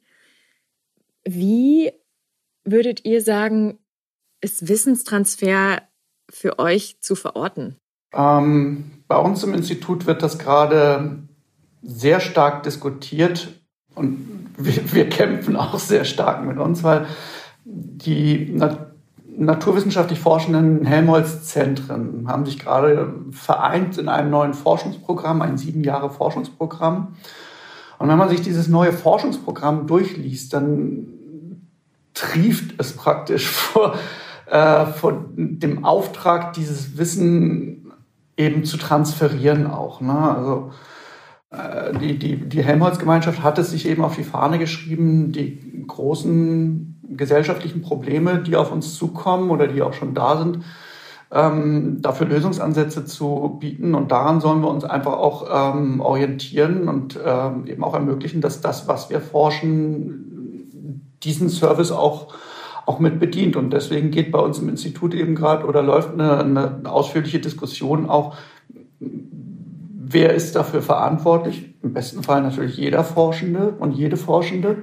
Wie würdet ihr sagen, ist Wissenstransfer für euch zu verorten? Ähm, bei uns im Institut wird das gerade sehr stark diskutiert und wir, wir kämpfen auch sehr stark mit uns, weil die Na- naturwissenschaftlich forschenden Helmholtz-Zentren haben sich gerade vereint in einem neuen Forschungsprogramm, ein sieben Jahre Forschungsprogramm. Und wenn man sich dieses neue Forschungsprogramm durchliest, dann trieft es praktisch vor, äh, vor dem Auftrag, dieses Wissen eben zu transferieren auch. Ne? Also äh, die, die, die Helmholtz-Gemeinschaft hat es sich eben auf die Fahne geschrieben, die großen gesellschaftlichen Probleme, die auf uns zukommen oder die auch schon da sind, ähm, dafür Lösungsansätze zu bieten. Und daran sollen wir uns einfach auch ähm, orientieren und ähm, eben auch ermöglichen, dass das, was wir forschen, diesen Service auch, auch mit bedient. Und deswegen geht bei uns im Institut eben gerade oder läuft eine, eine ausführliche Diskussion auch, wer ist dafür verantwortlich? Im besten Fall natürlich jeder Forschende und jede Forschende.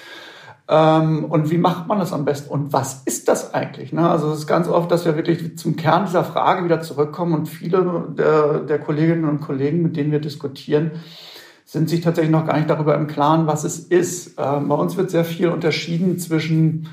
Ähm, und wie macht man das am besten? Und was ist das eigentlich? Ne? Also es ist ganz oft, dass wir wirklich zum Kern dieser Frage wieder zurückkommen und viele der, der Kolleginnen und Kollegen, mit denen wir diskutieren, sind sich tatsächlich noch gar nicht darüber im Klaren, was es ist. Ähm, bei uns wird sehr viel unterschieden zwischen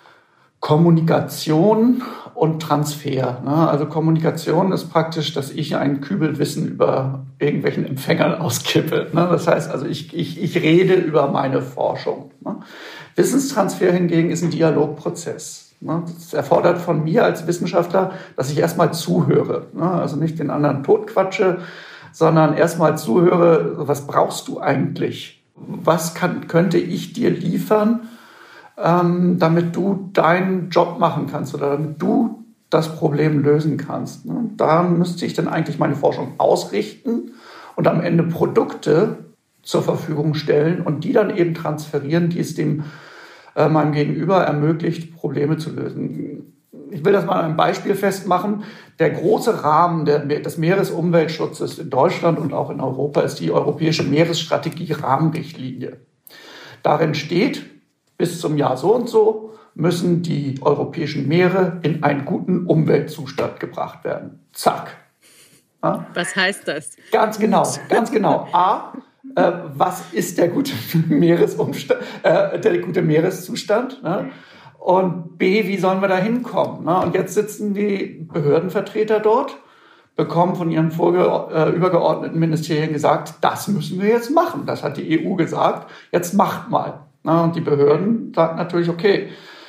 Kommunikation und Transfer. Ne? Also Kommunikation ist praktisch, dass ich einen Kübel Wissen über irgendwelchen Empfängern auskippe. Ne? Das heißt also, ich, ich, ich rede über meine Forschung. Ne? Wissenstransfer hingegen ist ein Dialogprozess. Ne? Das erfordert von mir als Wissenschaftler, dass ich erstmal zuhöre. Ne? Also nicht den anderen totquatsche, sondern erstmal zuhöre, was brauchst du eigentlich? Was kann, könnte ich dir liefern, ähm, damit du deinen Job machen kannst oder damit du das Problem lösen kannst? Ne? Daran müsste ich dann eigentlich meine Forschung ausrichten und am Ende Produkte zur Verfügung stellen und die dann eben transferieren, die es dem äh, meinem Gegenüber ermöglicht, Probleme zu lösen. Ich will das mal an einem Beispiel festmachen. Der große Rahmen der, des Meeresumweltschutzes in Deutschland und auch in Europa ist die Europäische Meeresstrategie-Rahmenrichtlinie. Darin steht, bis zum Jahr so und so müssen die europäischen Meere in einen guten Umweltzustand gebracht werden. Zack. Ja? Was heißt das? Ganz genau, ganz genau. A, äh, was ist der gute, Meeresumstand, äh, der gute Meereszustand? Ne? Und B, wie sollen wir da hinkommen? Ne? Und jetzt sitzen die Behördenvertreter dort, bekommen von ihren vorge- äh, übergeordneten Ministerien gesagt, das müssen wir jetzt machen. Das hat die E U gesagt, jetzt macht mal. Ne? Und die Behörden sagen natürlich, okay,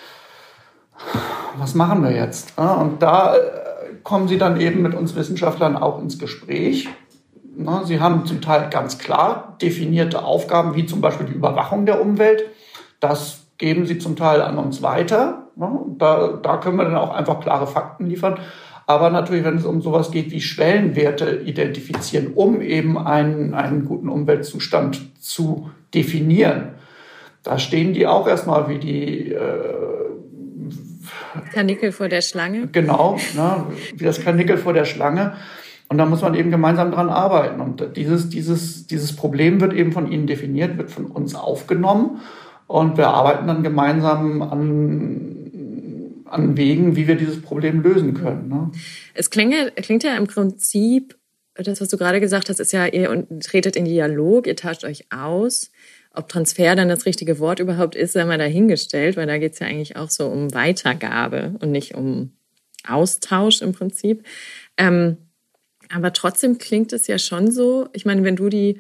was machen wir jetzt? Ne? Und da äh, kommen sie dann eben mit uns Wissenschaftlern auch ins Gespräch. Ne? Sie haben zum Teil ganz klar definierte Aufgaben, wie zum Beispiel die Überwachung der Umwelt. Das geben sie zum Teil an uns weiter. Da, da können wir dann auch einfach klare Fakten liefern. Aber natürlich, wenn es um sowas geht wie Schwellenwerte identifizieren, um eben einen, einen guten Umweltzustand zu definieren, da stehen die auch erstmal wie die äh, Karnickel vor der Schlange. Genau, ne, wie das Karnickel vor der Schlange. Und da muss man eben gemeinsam dran arbeiten. Und dieses, dieses, dieses Problem wird eben von ihnen definiert, wird von uns aufgenommen. Und wir arbeiten dann gemeinsam an, an Wegen, wie wir dieses Problem lösen können. Ne? Es klingt ja, klingt ja im Prinzip, das, was du gerade gesagt hast, ist ja, ihr tretet in Dialog, ihr tauscht euch aus. Ob Transfer dann das richtige Wort überhaupt ist, sei mal dahingestellt, weil da geht es ja eigentlich auch so um Weitergabe und nicht um Austausch im Prinzip. Ähm, aber trotzdem klingt es ja schon so, ich meine, wenn du die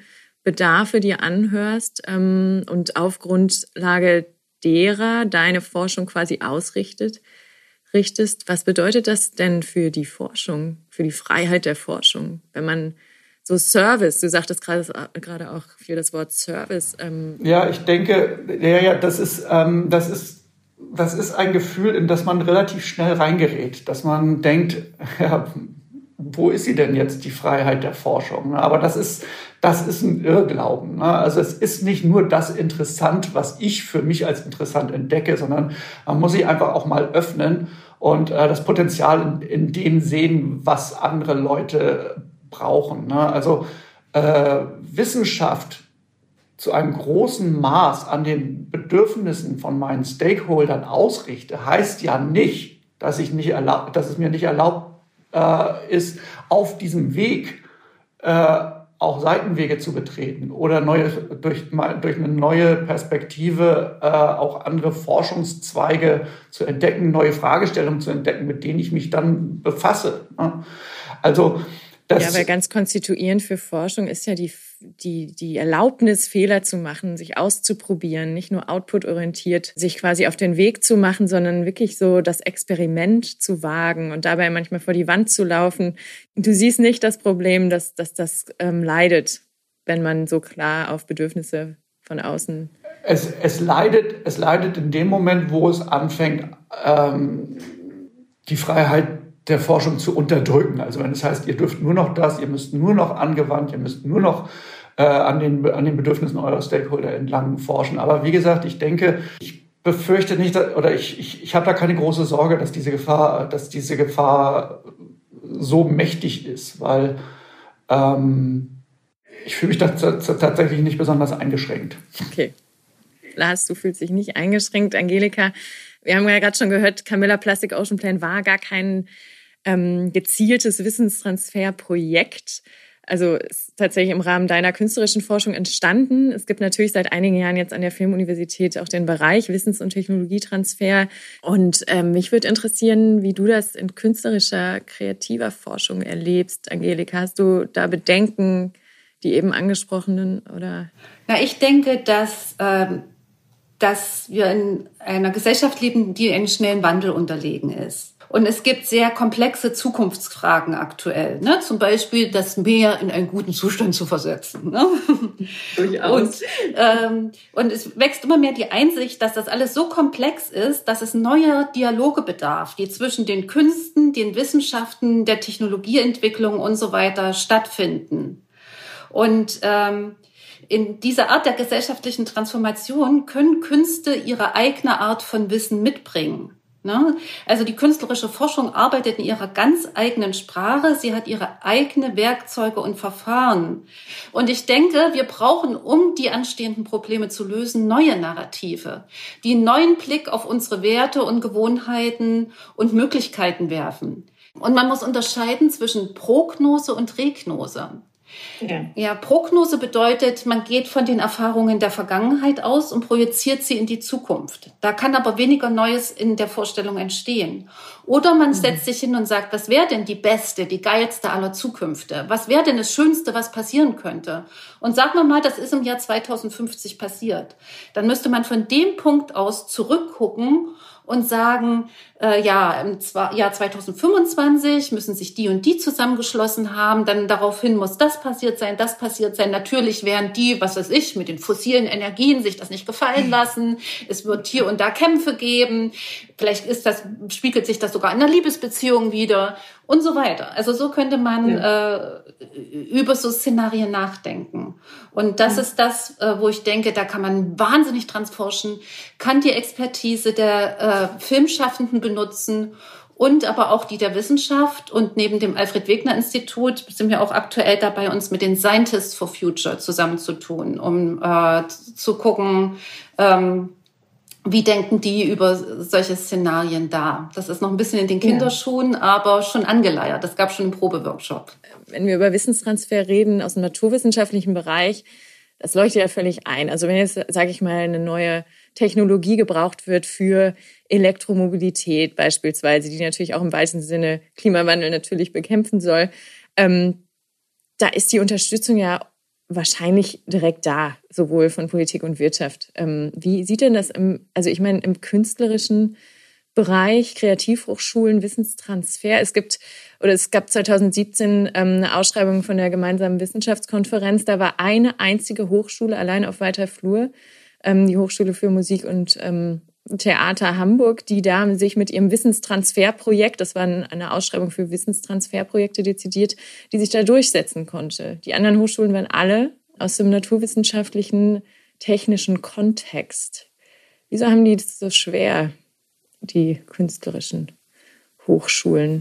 Bedarfe dir anhörst ähm, und auf Grundlage derer deine Forschung quasi ausrichtet, richtest. Was bedeutet das denn für die Forschung, für die Freiheit der Forschung, wenn man so Service, du sagtest gerade, gerade auch viel das Wort Service. Ähm ja, ich denke, ja, ja, das ist, ähm, das ist, das ist ein Gefühl, in das man relativ schnell reingerät, dass man denkt, ja, wo ist sie denn jetzt, die Freiheit der Forschung? Aber das ist, das ist ein Irrglauben. Also es ist nicht nur das interessant, was ich für mich als interessant entdecke, sondern man muss sich einfach auch mal öffnen und das Potenzial in, in dem sehen, was andere Leute brauchen. Also äh, Wissenschaft zu einem großen Maß an den Bedürfnissen von meinen Stakeholdern ausrichte, heißt ja nicht, dass ich nicht erlaub, dass es mir nicht erlaubt äh, ist, auf diesem Weg äh, auch Seitenwege zu betreten oder neue, durch, durch eine neue Perspektive äh, auch andere Forschungszweige zu entdecken, neue Fragestellungen zu entdecken, mit denen ich mich dann befasse. Also Das ja, weil ganz konstituierend für Forschung ist ja die, die, die Erlaubnis, Fehler zu machen, sich auszuprobieren, nicht nur output-orientiert, sich quasi auf den Weg zu machen, sondern wirklich so das Experiment zu wagen und dabei manchmal vor die Wand zu laufen. Du siehst nicht das Problem, dass, dass das ähm, leidet, wenn man so klar auf Bedürfnisse von außen... Es, es, leidet, es leidet in dem Moment, wo es anfängt, ähm, die Freiheit der Forschung zu unterdrücken. Also wenn es heißt, ihr dürft nur noch das, ihr müsst nur noch angewandt, ihr müsst nur noch äh, an den, an den Bedürfnissen eurer Stakeholder entlang forschen. Aber wie gesagt, ich denke, ich befürchte nicht, dass, oder ich, ich, ich habe da keine große Sorge, dass diese Gefahr, dass diese Gefahr so mächtig ist, weil ähm, ich fühle mich da t- t- tatsächlich nicht besonders eingeschränkt. Okay. Lars, du fühlst dich nicht eingeschränkt. Angelika, wir haben ja gerade schon gehört, Camilla Plastic Ocean Plan war gar kein ähm, gezieltes Wissenstransferprojekt. Also ist tatsächlich im Rahmen deiner künstlerischen Forschung entstanden. Es gibt natürlich seit einigen Jahren jetzt an der Filmuniversität auch den Bereich Wissens- und Technologietransfer. Und ähm, mich würde interessieren, wie du das in künstlerischer, kreativer Forschung erlebst. Angelika, hast du da Bedenken, die eben angesprochenen? Oder? Na, ich denke, dass... Ähm dass wir in einer Gesellschaft leben, die einem schnellen Wandel unterlegen ist. Und es gibt sehr komplexe Zukunftsfragen aktuell. Ne? Zum Beispiel, das Meer in einen guten Zustand zu versetzen. Ne? Durchaus. Und, ähm, und es wächst immer mehr die Einsicht, dass das alles so komplex ist, dass es neue Dialoge bedarf, die zwischen den Künsten, den Wissenschaften, der Technologieentwicklung und so weiter stattfinden. Und ähm, in dieser Art der gesellschaftlichen Transformation können Künste ihre eigene Art von Wissen mitbringen. Ne? Also die künstlerische Forschung arbeitet in ihrer ganz eigenen Sprache. Sie hat ihre eigenen Werkzeuge und Verfahren. Und ich denke, wir brauchen, um die anstehenden Probleme zu lösen, neue Narrative, die einen neuen Blick auf unsere Werte und Gewohnheiten und Möglichkeiten werfen. Und man muss unterscheiden zwischen Prognose und Regnose. Ja. ja, Prognose bedeutet, man geht von den Erfahrungen der Vergangenheit aus und projiziert sie in die Zukunft. Da kann aber weniger Neues in der Vorstellung entstehen. Oder man mhm. setzt sich hin und sagt, was wäre denn die beste, die geilste aller Zukünfte? Was wäre denn das Schönste, was passieren könnte? Und sagen wir mal, das ist im Jahr zweitausendfünfzig passiert. Dann müsste man von dem Punkt aus zurückgucken und sagen, äh, ja, im Jahr zweitausendfünfundzwanzig müssen sich die und die zusammengeschlossen haben, dann daraufhin muss das passiert sein, das passiert sein. Natürlich werden die, was weiß ich, mit den fossilen Energien sich das nicht gefallen lassen. Es wird hier und da Kämpfe geben. Vielleicht ist das, spiegelt sich das sogar in einer Liebesbeziehung wieder und so weiter. Also so könnte man ja. äh, über so Szenarien nachdenken. Und das mhm. ist das, äh, wo ich denke, da kann man wahnsinnig dran forschen, kann die Expertise der äh, Filmschaffenden benutzen und aber auch die der Wissenschaft. Und neben dem Alfred-Wegener-Institut sind wir auch aktuell dabei, uns mit den Scientists for Future zusammenzutun, um äh, zu gucken, ähm, wie denken die über solche Szenarien da? Das ist noch ein bisschen in den Kinderschuhen, ja. aber schon angeleiert. Das gab schon einen Probeworkshop. Wenn wir über Wissenstransfer reden aus dem naturwissenschaftlichen Bereich, das leuchtet ja völlig ein. Also wenn jetzt, sage ich mal, eine neue Technologie gebraucht wird für Elektromobilität beispielsweise, die natürlich auch im weitesten Sinne Klimawandel natürlich bekämpfen soll, ähm, da ist die Unterstützung ja wahrscheinlich direkt da, sowohl von Politik und Wirtschaft. Ähm, wie sieht denn das im, also ich meine, im künstlerischen Bereich, Kreativhochschulen, Wissenstransfer? Es gibt, oder es gab zwanzig siebzehn ähm, eine Ausschreibung von der gemeinsamen Wissenschaftskonferenz. Da war eine einzige Hochschule allein auf weiter Flur, ähm, die Hochschule für Musik und ähm, Theater Hamburg, die da sich mit ihrem Wissenstransferprojekt, das war eine Ausschreibung für Wissenstransferprojekte dezidiert, die sich da durchsetzen konnte. Die anderen Hochschulen waren alle aus dem naturwissenschaftlichen, technischen Kontext. Wieso haben die das so schwer, die künstlerischen Hochschulen?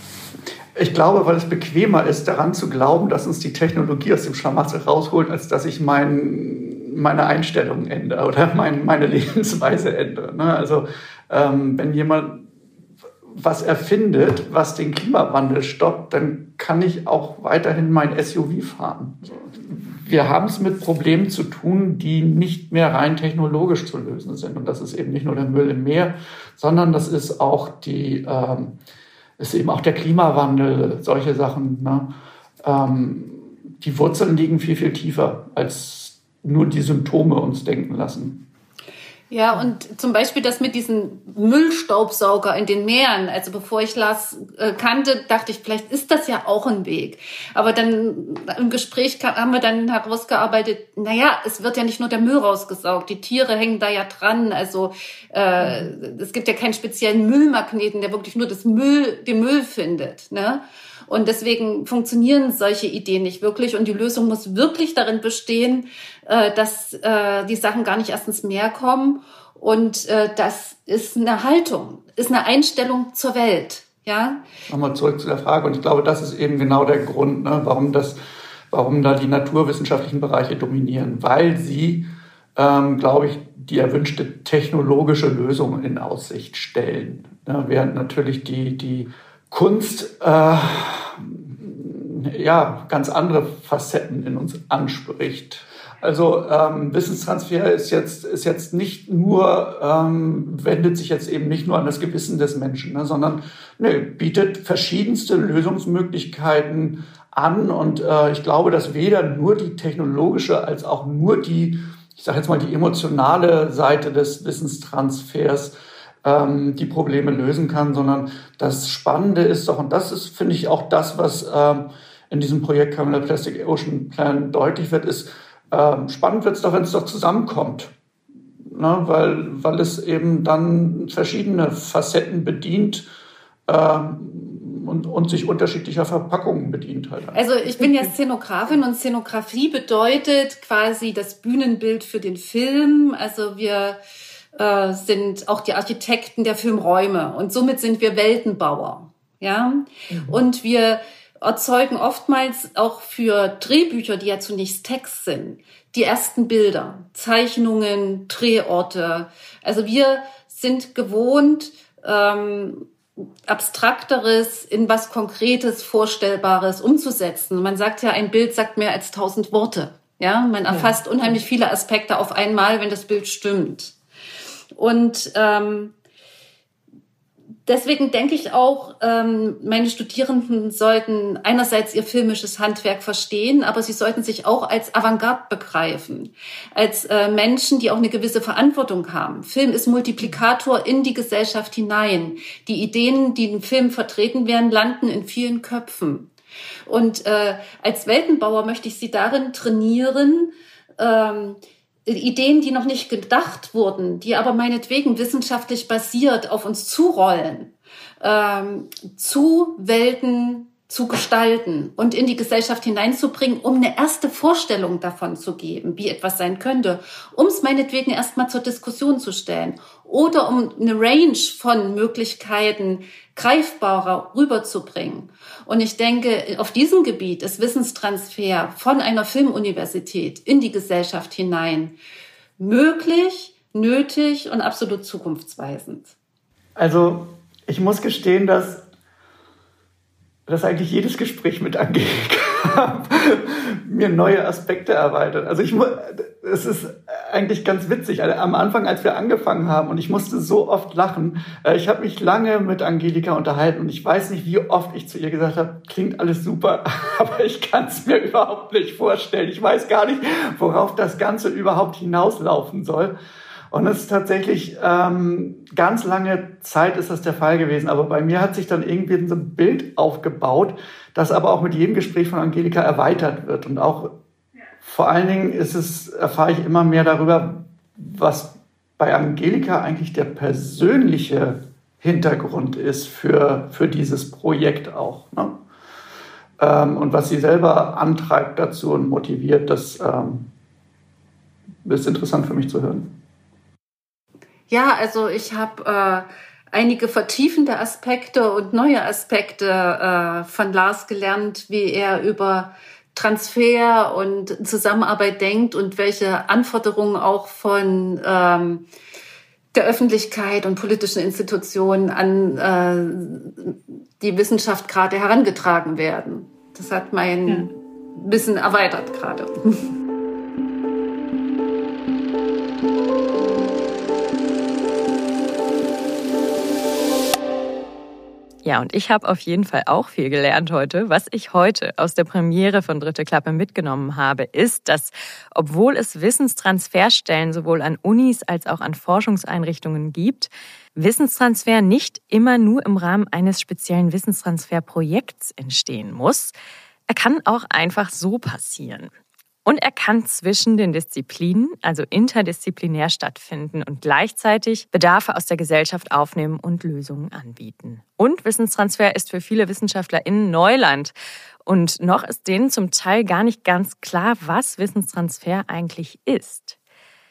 Ich glaube, weil es bequemer ist, daran zu glauben, dass uns die Technologie aus dem Schlamassel rausholt, als dass ich mein, meine Einstellung ändere oder mein, meine Lebensweise ändere. Ne? Also ähm, wenn jemand was erfindet, was den Klimawandel stoppt, dann kann ich auch weiterhin mein S U V fahren. Wir haben es mit Problemen zu tun, die nicht mehr rein technologisch zu lösen sind. Und das ist eben nicht nur der Müll im Meer, sondern das ist auch die... Ähm, ist eben auch der Klimawandel, solche Sachen. Ne? Ähm, die Wurzeln liegen viel, viel tiefer, als nur die Symptome uns denken lassen. Ja, und zum Beispiel das mit diesen Müllstaubsauger in den Meeren. Also bevor ich las äh, kannte, dachte ich, vielleicht ist das ja auch ein Weg. Aber dann im Gespräch kam, haben wir dann herausgearbeitet, naja, es wird ja nicht nur der Müll rausgesaugt, die Tiere hängen da ja dran. Also äh, es gibt ja keinen speziellen Müllmagneten, der wirklich nur das Müll, den Müll findet, ne? Und deswegen funktionieren solche Ideen nicht wirklich. Und die Lösung muss wirklich darin bestehen, dass die Sachen gar nicht erst ins Meer kommen. Und das ist eine Haltung, ist eine Einstellung zur Welt. Ja? Nochmal zurück zu der Frage. Und ich glaube, das ist eben genau der Grund, ne, warum, das, warum da die naturwissenschaftlichen Bereiche dominieren. Weil sie, ähm, glaube ich, die erwünschte technologische Lösung in Aussicht stellen. Ja, während natürlich die... die Kunst äh, ja ganz andere Facetten in uns anspricht. Also ähm, Wissenstransfer ist jetzt ist jetzt nicht nur ähm, wendet sich jetzt eben nicht nur an das Gewissen des Menschen, ne, sondern ne, bietet verschiedenste Lösungsmöglichkeiten an. Und äh, ich glaube, dass weder nur die technologische als auch nur die, ich sage jetzt mal die emotionale Seite des Wissenstransfers die Probleme lösen kann, sondern das Spannende ist doch, und das ist, finde ich, auch das, was ähm, in diesem Projekt Carmela Plastic Ocean Plan deutlich wird, ist, ähm, spannend wird es doch, wenn es doch zusammenkommt. Ne? Weil, weil es eben dann verschiedene Facetten bedient ähm, und, und sich unterschiedlicher Verpackungen bedient halt. Also ich bin ja Szenografin und Szenografie bedeutet quasi das Bühnenbild für den Film. Also wir sind auch die Architekten der Filmräume und somit sind wir Weltenbauer, ja. Mhm. Und wir erzeugen oftmals auch für Drehbücher, die ja zunächst Text sind, die ersten Bilder, Zeichnungen, Drehorte. Also wir sind gewohnt, ähm, Abstrakteres in was Konkretes, Vorstellbares umzusetzen. Man sagt ja, ein Bild sagt mehr als tausend Worte, ja. Man erfasst ja unheimlich viele Aspekte auf einmal, wenn das Bild stimmt. Und ähm, deswegen denke ich auch, ähm, meine Studierenden sollten einerseits ihr filmisches Handwerk verstehen, aber sie sollten sich auch als Avantgarde begreifen, als äh, Menschen, die auch eine gewisse Verantwortung haben. Film ist Multiplikator in die Gesellschaft hinein. Die Ideen, die in Film vertreten werden, landen in vielen Köpfen. Und äh, als Weltenbauer möchte ich sie darin trainieren, ähm, Ideen, die noch nicht gedacht wurden, die aber meinetwegen wissenschaftlich basiert auf uns zurollen, ähm, zu Welten zu gestalten und in die Gesellschaft hineinzubringen, um eine erste Vorstellung davon zu geben, wie etwas sein könnte, um es meinetwegen erstmal zur Diskussion zu stellen oder um eine Range von Möglichkeiten greifbarer rüberzubringen. Und ich denke, auf diesem Gebiet ist Wissenstransfer von einer Filmuniversität in die Gesellschaft hinein möglich, nötig und absolut zukunftsweisend. Also ich muss gestehen, dass dass eigentlich jedes Gespräch mit Angelika mir neue Aspekte erweitert. Also ich muss, es ist eigentlich ganz witzig. Am Anfang, als wir angefangen haben, und ich musste so oft lachen, ich habe mich lange mit Angelika unterhalten und ich weiß nicht, wie oft ich zu ihr gesagt habe, klingt alles super, aber ich kann es mir überhaupt nicht vorstellen. Ich weiß gar nicht, worauf das Ganze überhaupt hinauslaufen soll. Und es ist tatsächlich ähm, ganz lange Zeit ist das der Fall gewesen. Aber bei mir hat sich dann irgendwie so ein Bild aufgebaut, das aber auch mit jedem Gespräch von Angelika erweitert wird. Und auch vor allen Dingen ist es, erfahre ich immer mehr darüber, was bei Angelika eigentlich der persönliche Hintergrund ist für, für dieses Projekt auch. Ne? Ähm, und was sie selber antreibt dazu und motiviert, das ähm, ist interessant für mich zu hören. Ja, also ich habe äh, einige vertiefende Aspekte und neue Aspekte äh, von Lars gelernt, wie er über Transfer und Zusammenarbeit denkt und welche Anforderungen auch von ähm, der Öffentlichkeit und politischen Institutionen an äh, die Wissenschaft gerade herangetragen werden. Das hat mein ja. Wissen erweitert gerade. Ja, und ich habe auf jeden Fall auch viel gelernt heute. Was ich heute aus der Premiere von Dritte Klappe mitgenommen habe, ist, dass, obwohl es Wissenstransferstellen sowohl an Unis als auch an Forschungseinrichtungen gibt, Wissenstransfer nicht immer nur im Rahmen eines speziellen Wissenstransferprojekts entstehen muss. Er kann auch einfach so passieren. Und er kann zwischen den Disziplinen, also interdisziplinär stattfinden und gleichzeitig Bedarfe aus der Gesellschaft aufnehmen und Lösungen anbieten. Und Wissenstransfer ist für viele WissenschaftlerInnen Neuland. Und noch ist denen zum Teil gar nicht ganz klar, was Wissenstransfer eigentlich ist.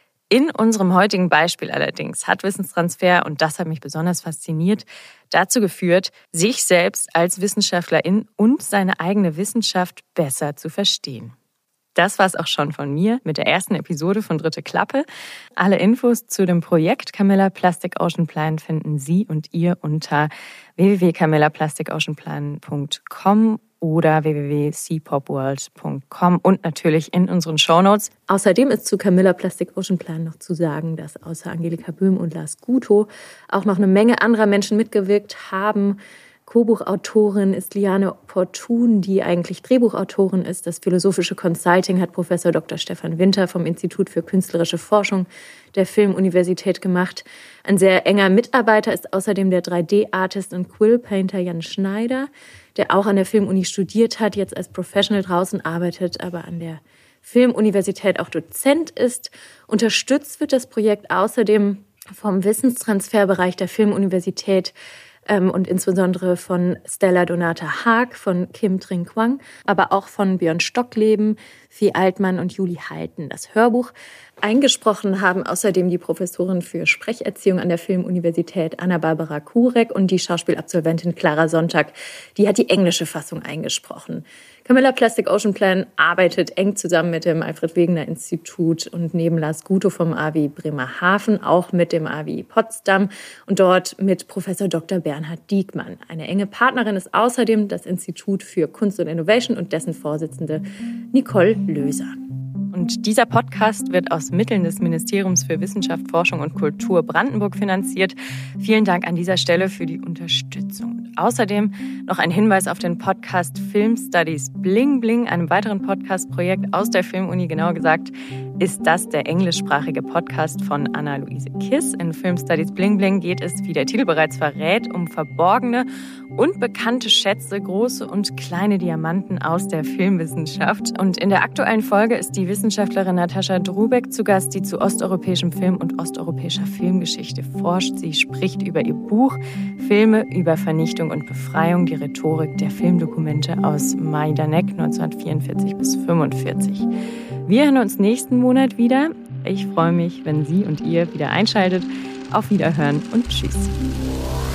In unserem heutigen Beispiel allerdings hat Wissenstransfer, und das hat mich besonders fasziniert, dazu geführt, sich selbst als Wissenschaftlerin und seine eigene Wissenschaft besser zu verstehen. Das war es auch schon von mir mit der ersten Episode von Dritte Klappe. Alle Infos zu dem Projekt Camilla Plastic Ocean Plan finden Sie und ihr unter w w w punkt camilla plastic ocean plan punkt com oder w w w punkt c pop world punkt com und natürlich in unseren Shownotes. Außerdem ist zu Camilla Plastic Ocean Plan noch zu sagen, dass außer Angelika Böhm und Lars Guthow auch noch eine Menge anderer Menschen mitgewirkt haben. Co-Buchautorin ist Liane Portun, die eigentlich Drehbuchautorin ist. Das philosophische Consulting hat Professor Doktor Stefan Winter vom Institut für künstlerische Forschung der Filmuniversität gemacht. Ein sehr enger Mitarbeiter ist außerdem der drei D-Artist und Quill-Painter Jan Schneider, der auch an der Filmuni studiert hat, jetzt als Professional draußen arbeitet, aber an der Filmuniversität auch Dozent ist. Unterstützt wird das Projekt außerdem vom Wissenstransferbereich der Filmuniversität und insbesondere von Stella Donata Haag, von Kim Tring Quang, aber auch von Björn Stockleben, Vie Altmann und Juli Halten. Das Hörbuch eingesprochen haben außerdem die Professorin für Sprecherziehung an der Filmuniversität Anna-Barbara Kurek und die Schauspielabsolventin Clara Sonntag. Die hat die englische Fassung eingesprochen. Camilla Plastic Ocean Plan arbeitet eng zusammen mit dem Alfred-Wegener-Institut und neben Lars Guthow vom A W I Bremerhaven auch mit dem A W I Potsdam und dort mit Professor Doktor Bernhard Diekmann. Eine enge Partnerin ist außerdem das Institut für Kunst und Innovation und dessen Vorsitzende Nicole Löser. Und dieser Podcast wird aus Mitteln des Ministeriums für Wissenschaft, Forschung und Kultur Brandenburg finanziert. Vielen Dank an dieser Stelle für die Unterstützung. Außerdem noch ein Hinweis auf den Podcast Film Studies Bling Bling, einem weiteren Podcast-Projekt aus der Filmuni. Genauer gesagt ist das der englischsprachige Podcast von Anna-Luise Kiss. In Film Studies Bling Bling geht es, wie der Titel bereits verrät, um verborgene und bekannte Schätze, große und kleine Diamanten aus der Filmwissenschaft. Und in der aktuellen Folge ist die Wissenschaftlerin Natascha Drubeck zu Gast, die zu osteuropäischem Film und osteuropäischer Filmgeschichte forscht. Sie spricht über ihr Buch Filme über Vernichtung und Befreiung, die Rhetorik der Filmdokumente aus Majdanek neunzehnhundertvierundvierzig bis fünfundvierzig. Wir hören uns nächsten Monat wieder. Ich freue mich, wenn Sie und ihr wieder einschaltet. Auf Wiederhören und Tschüss.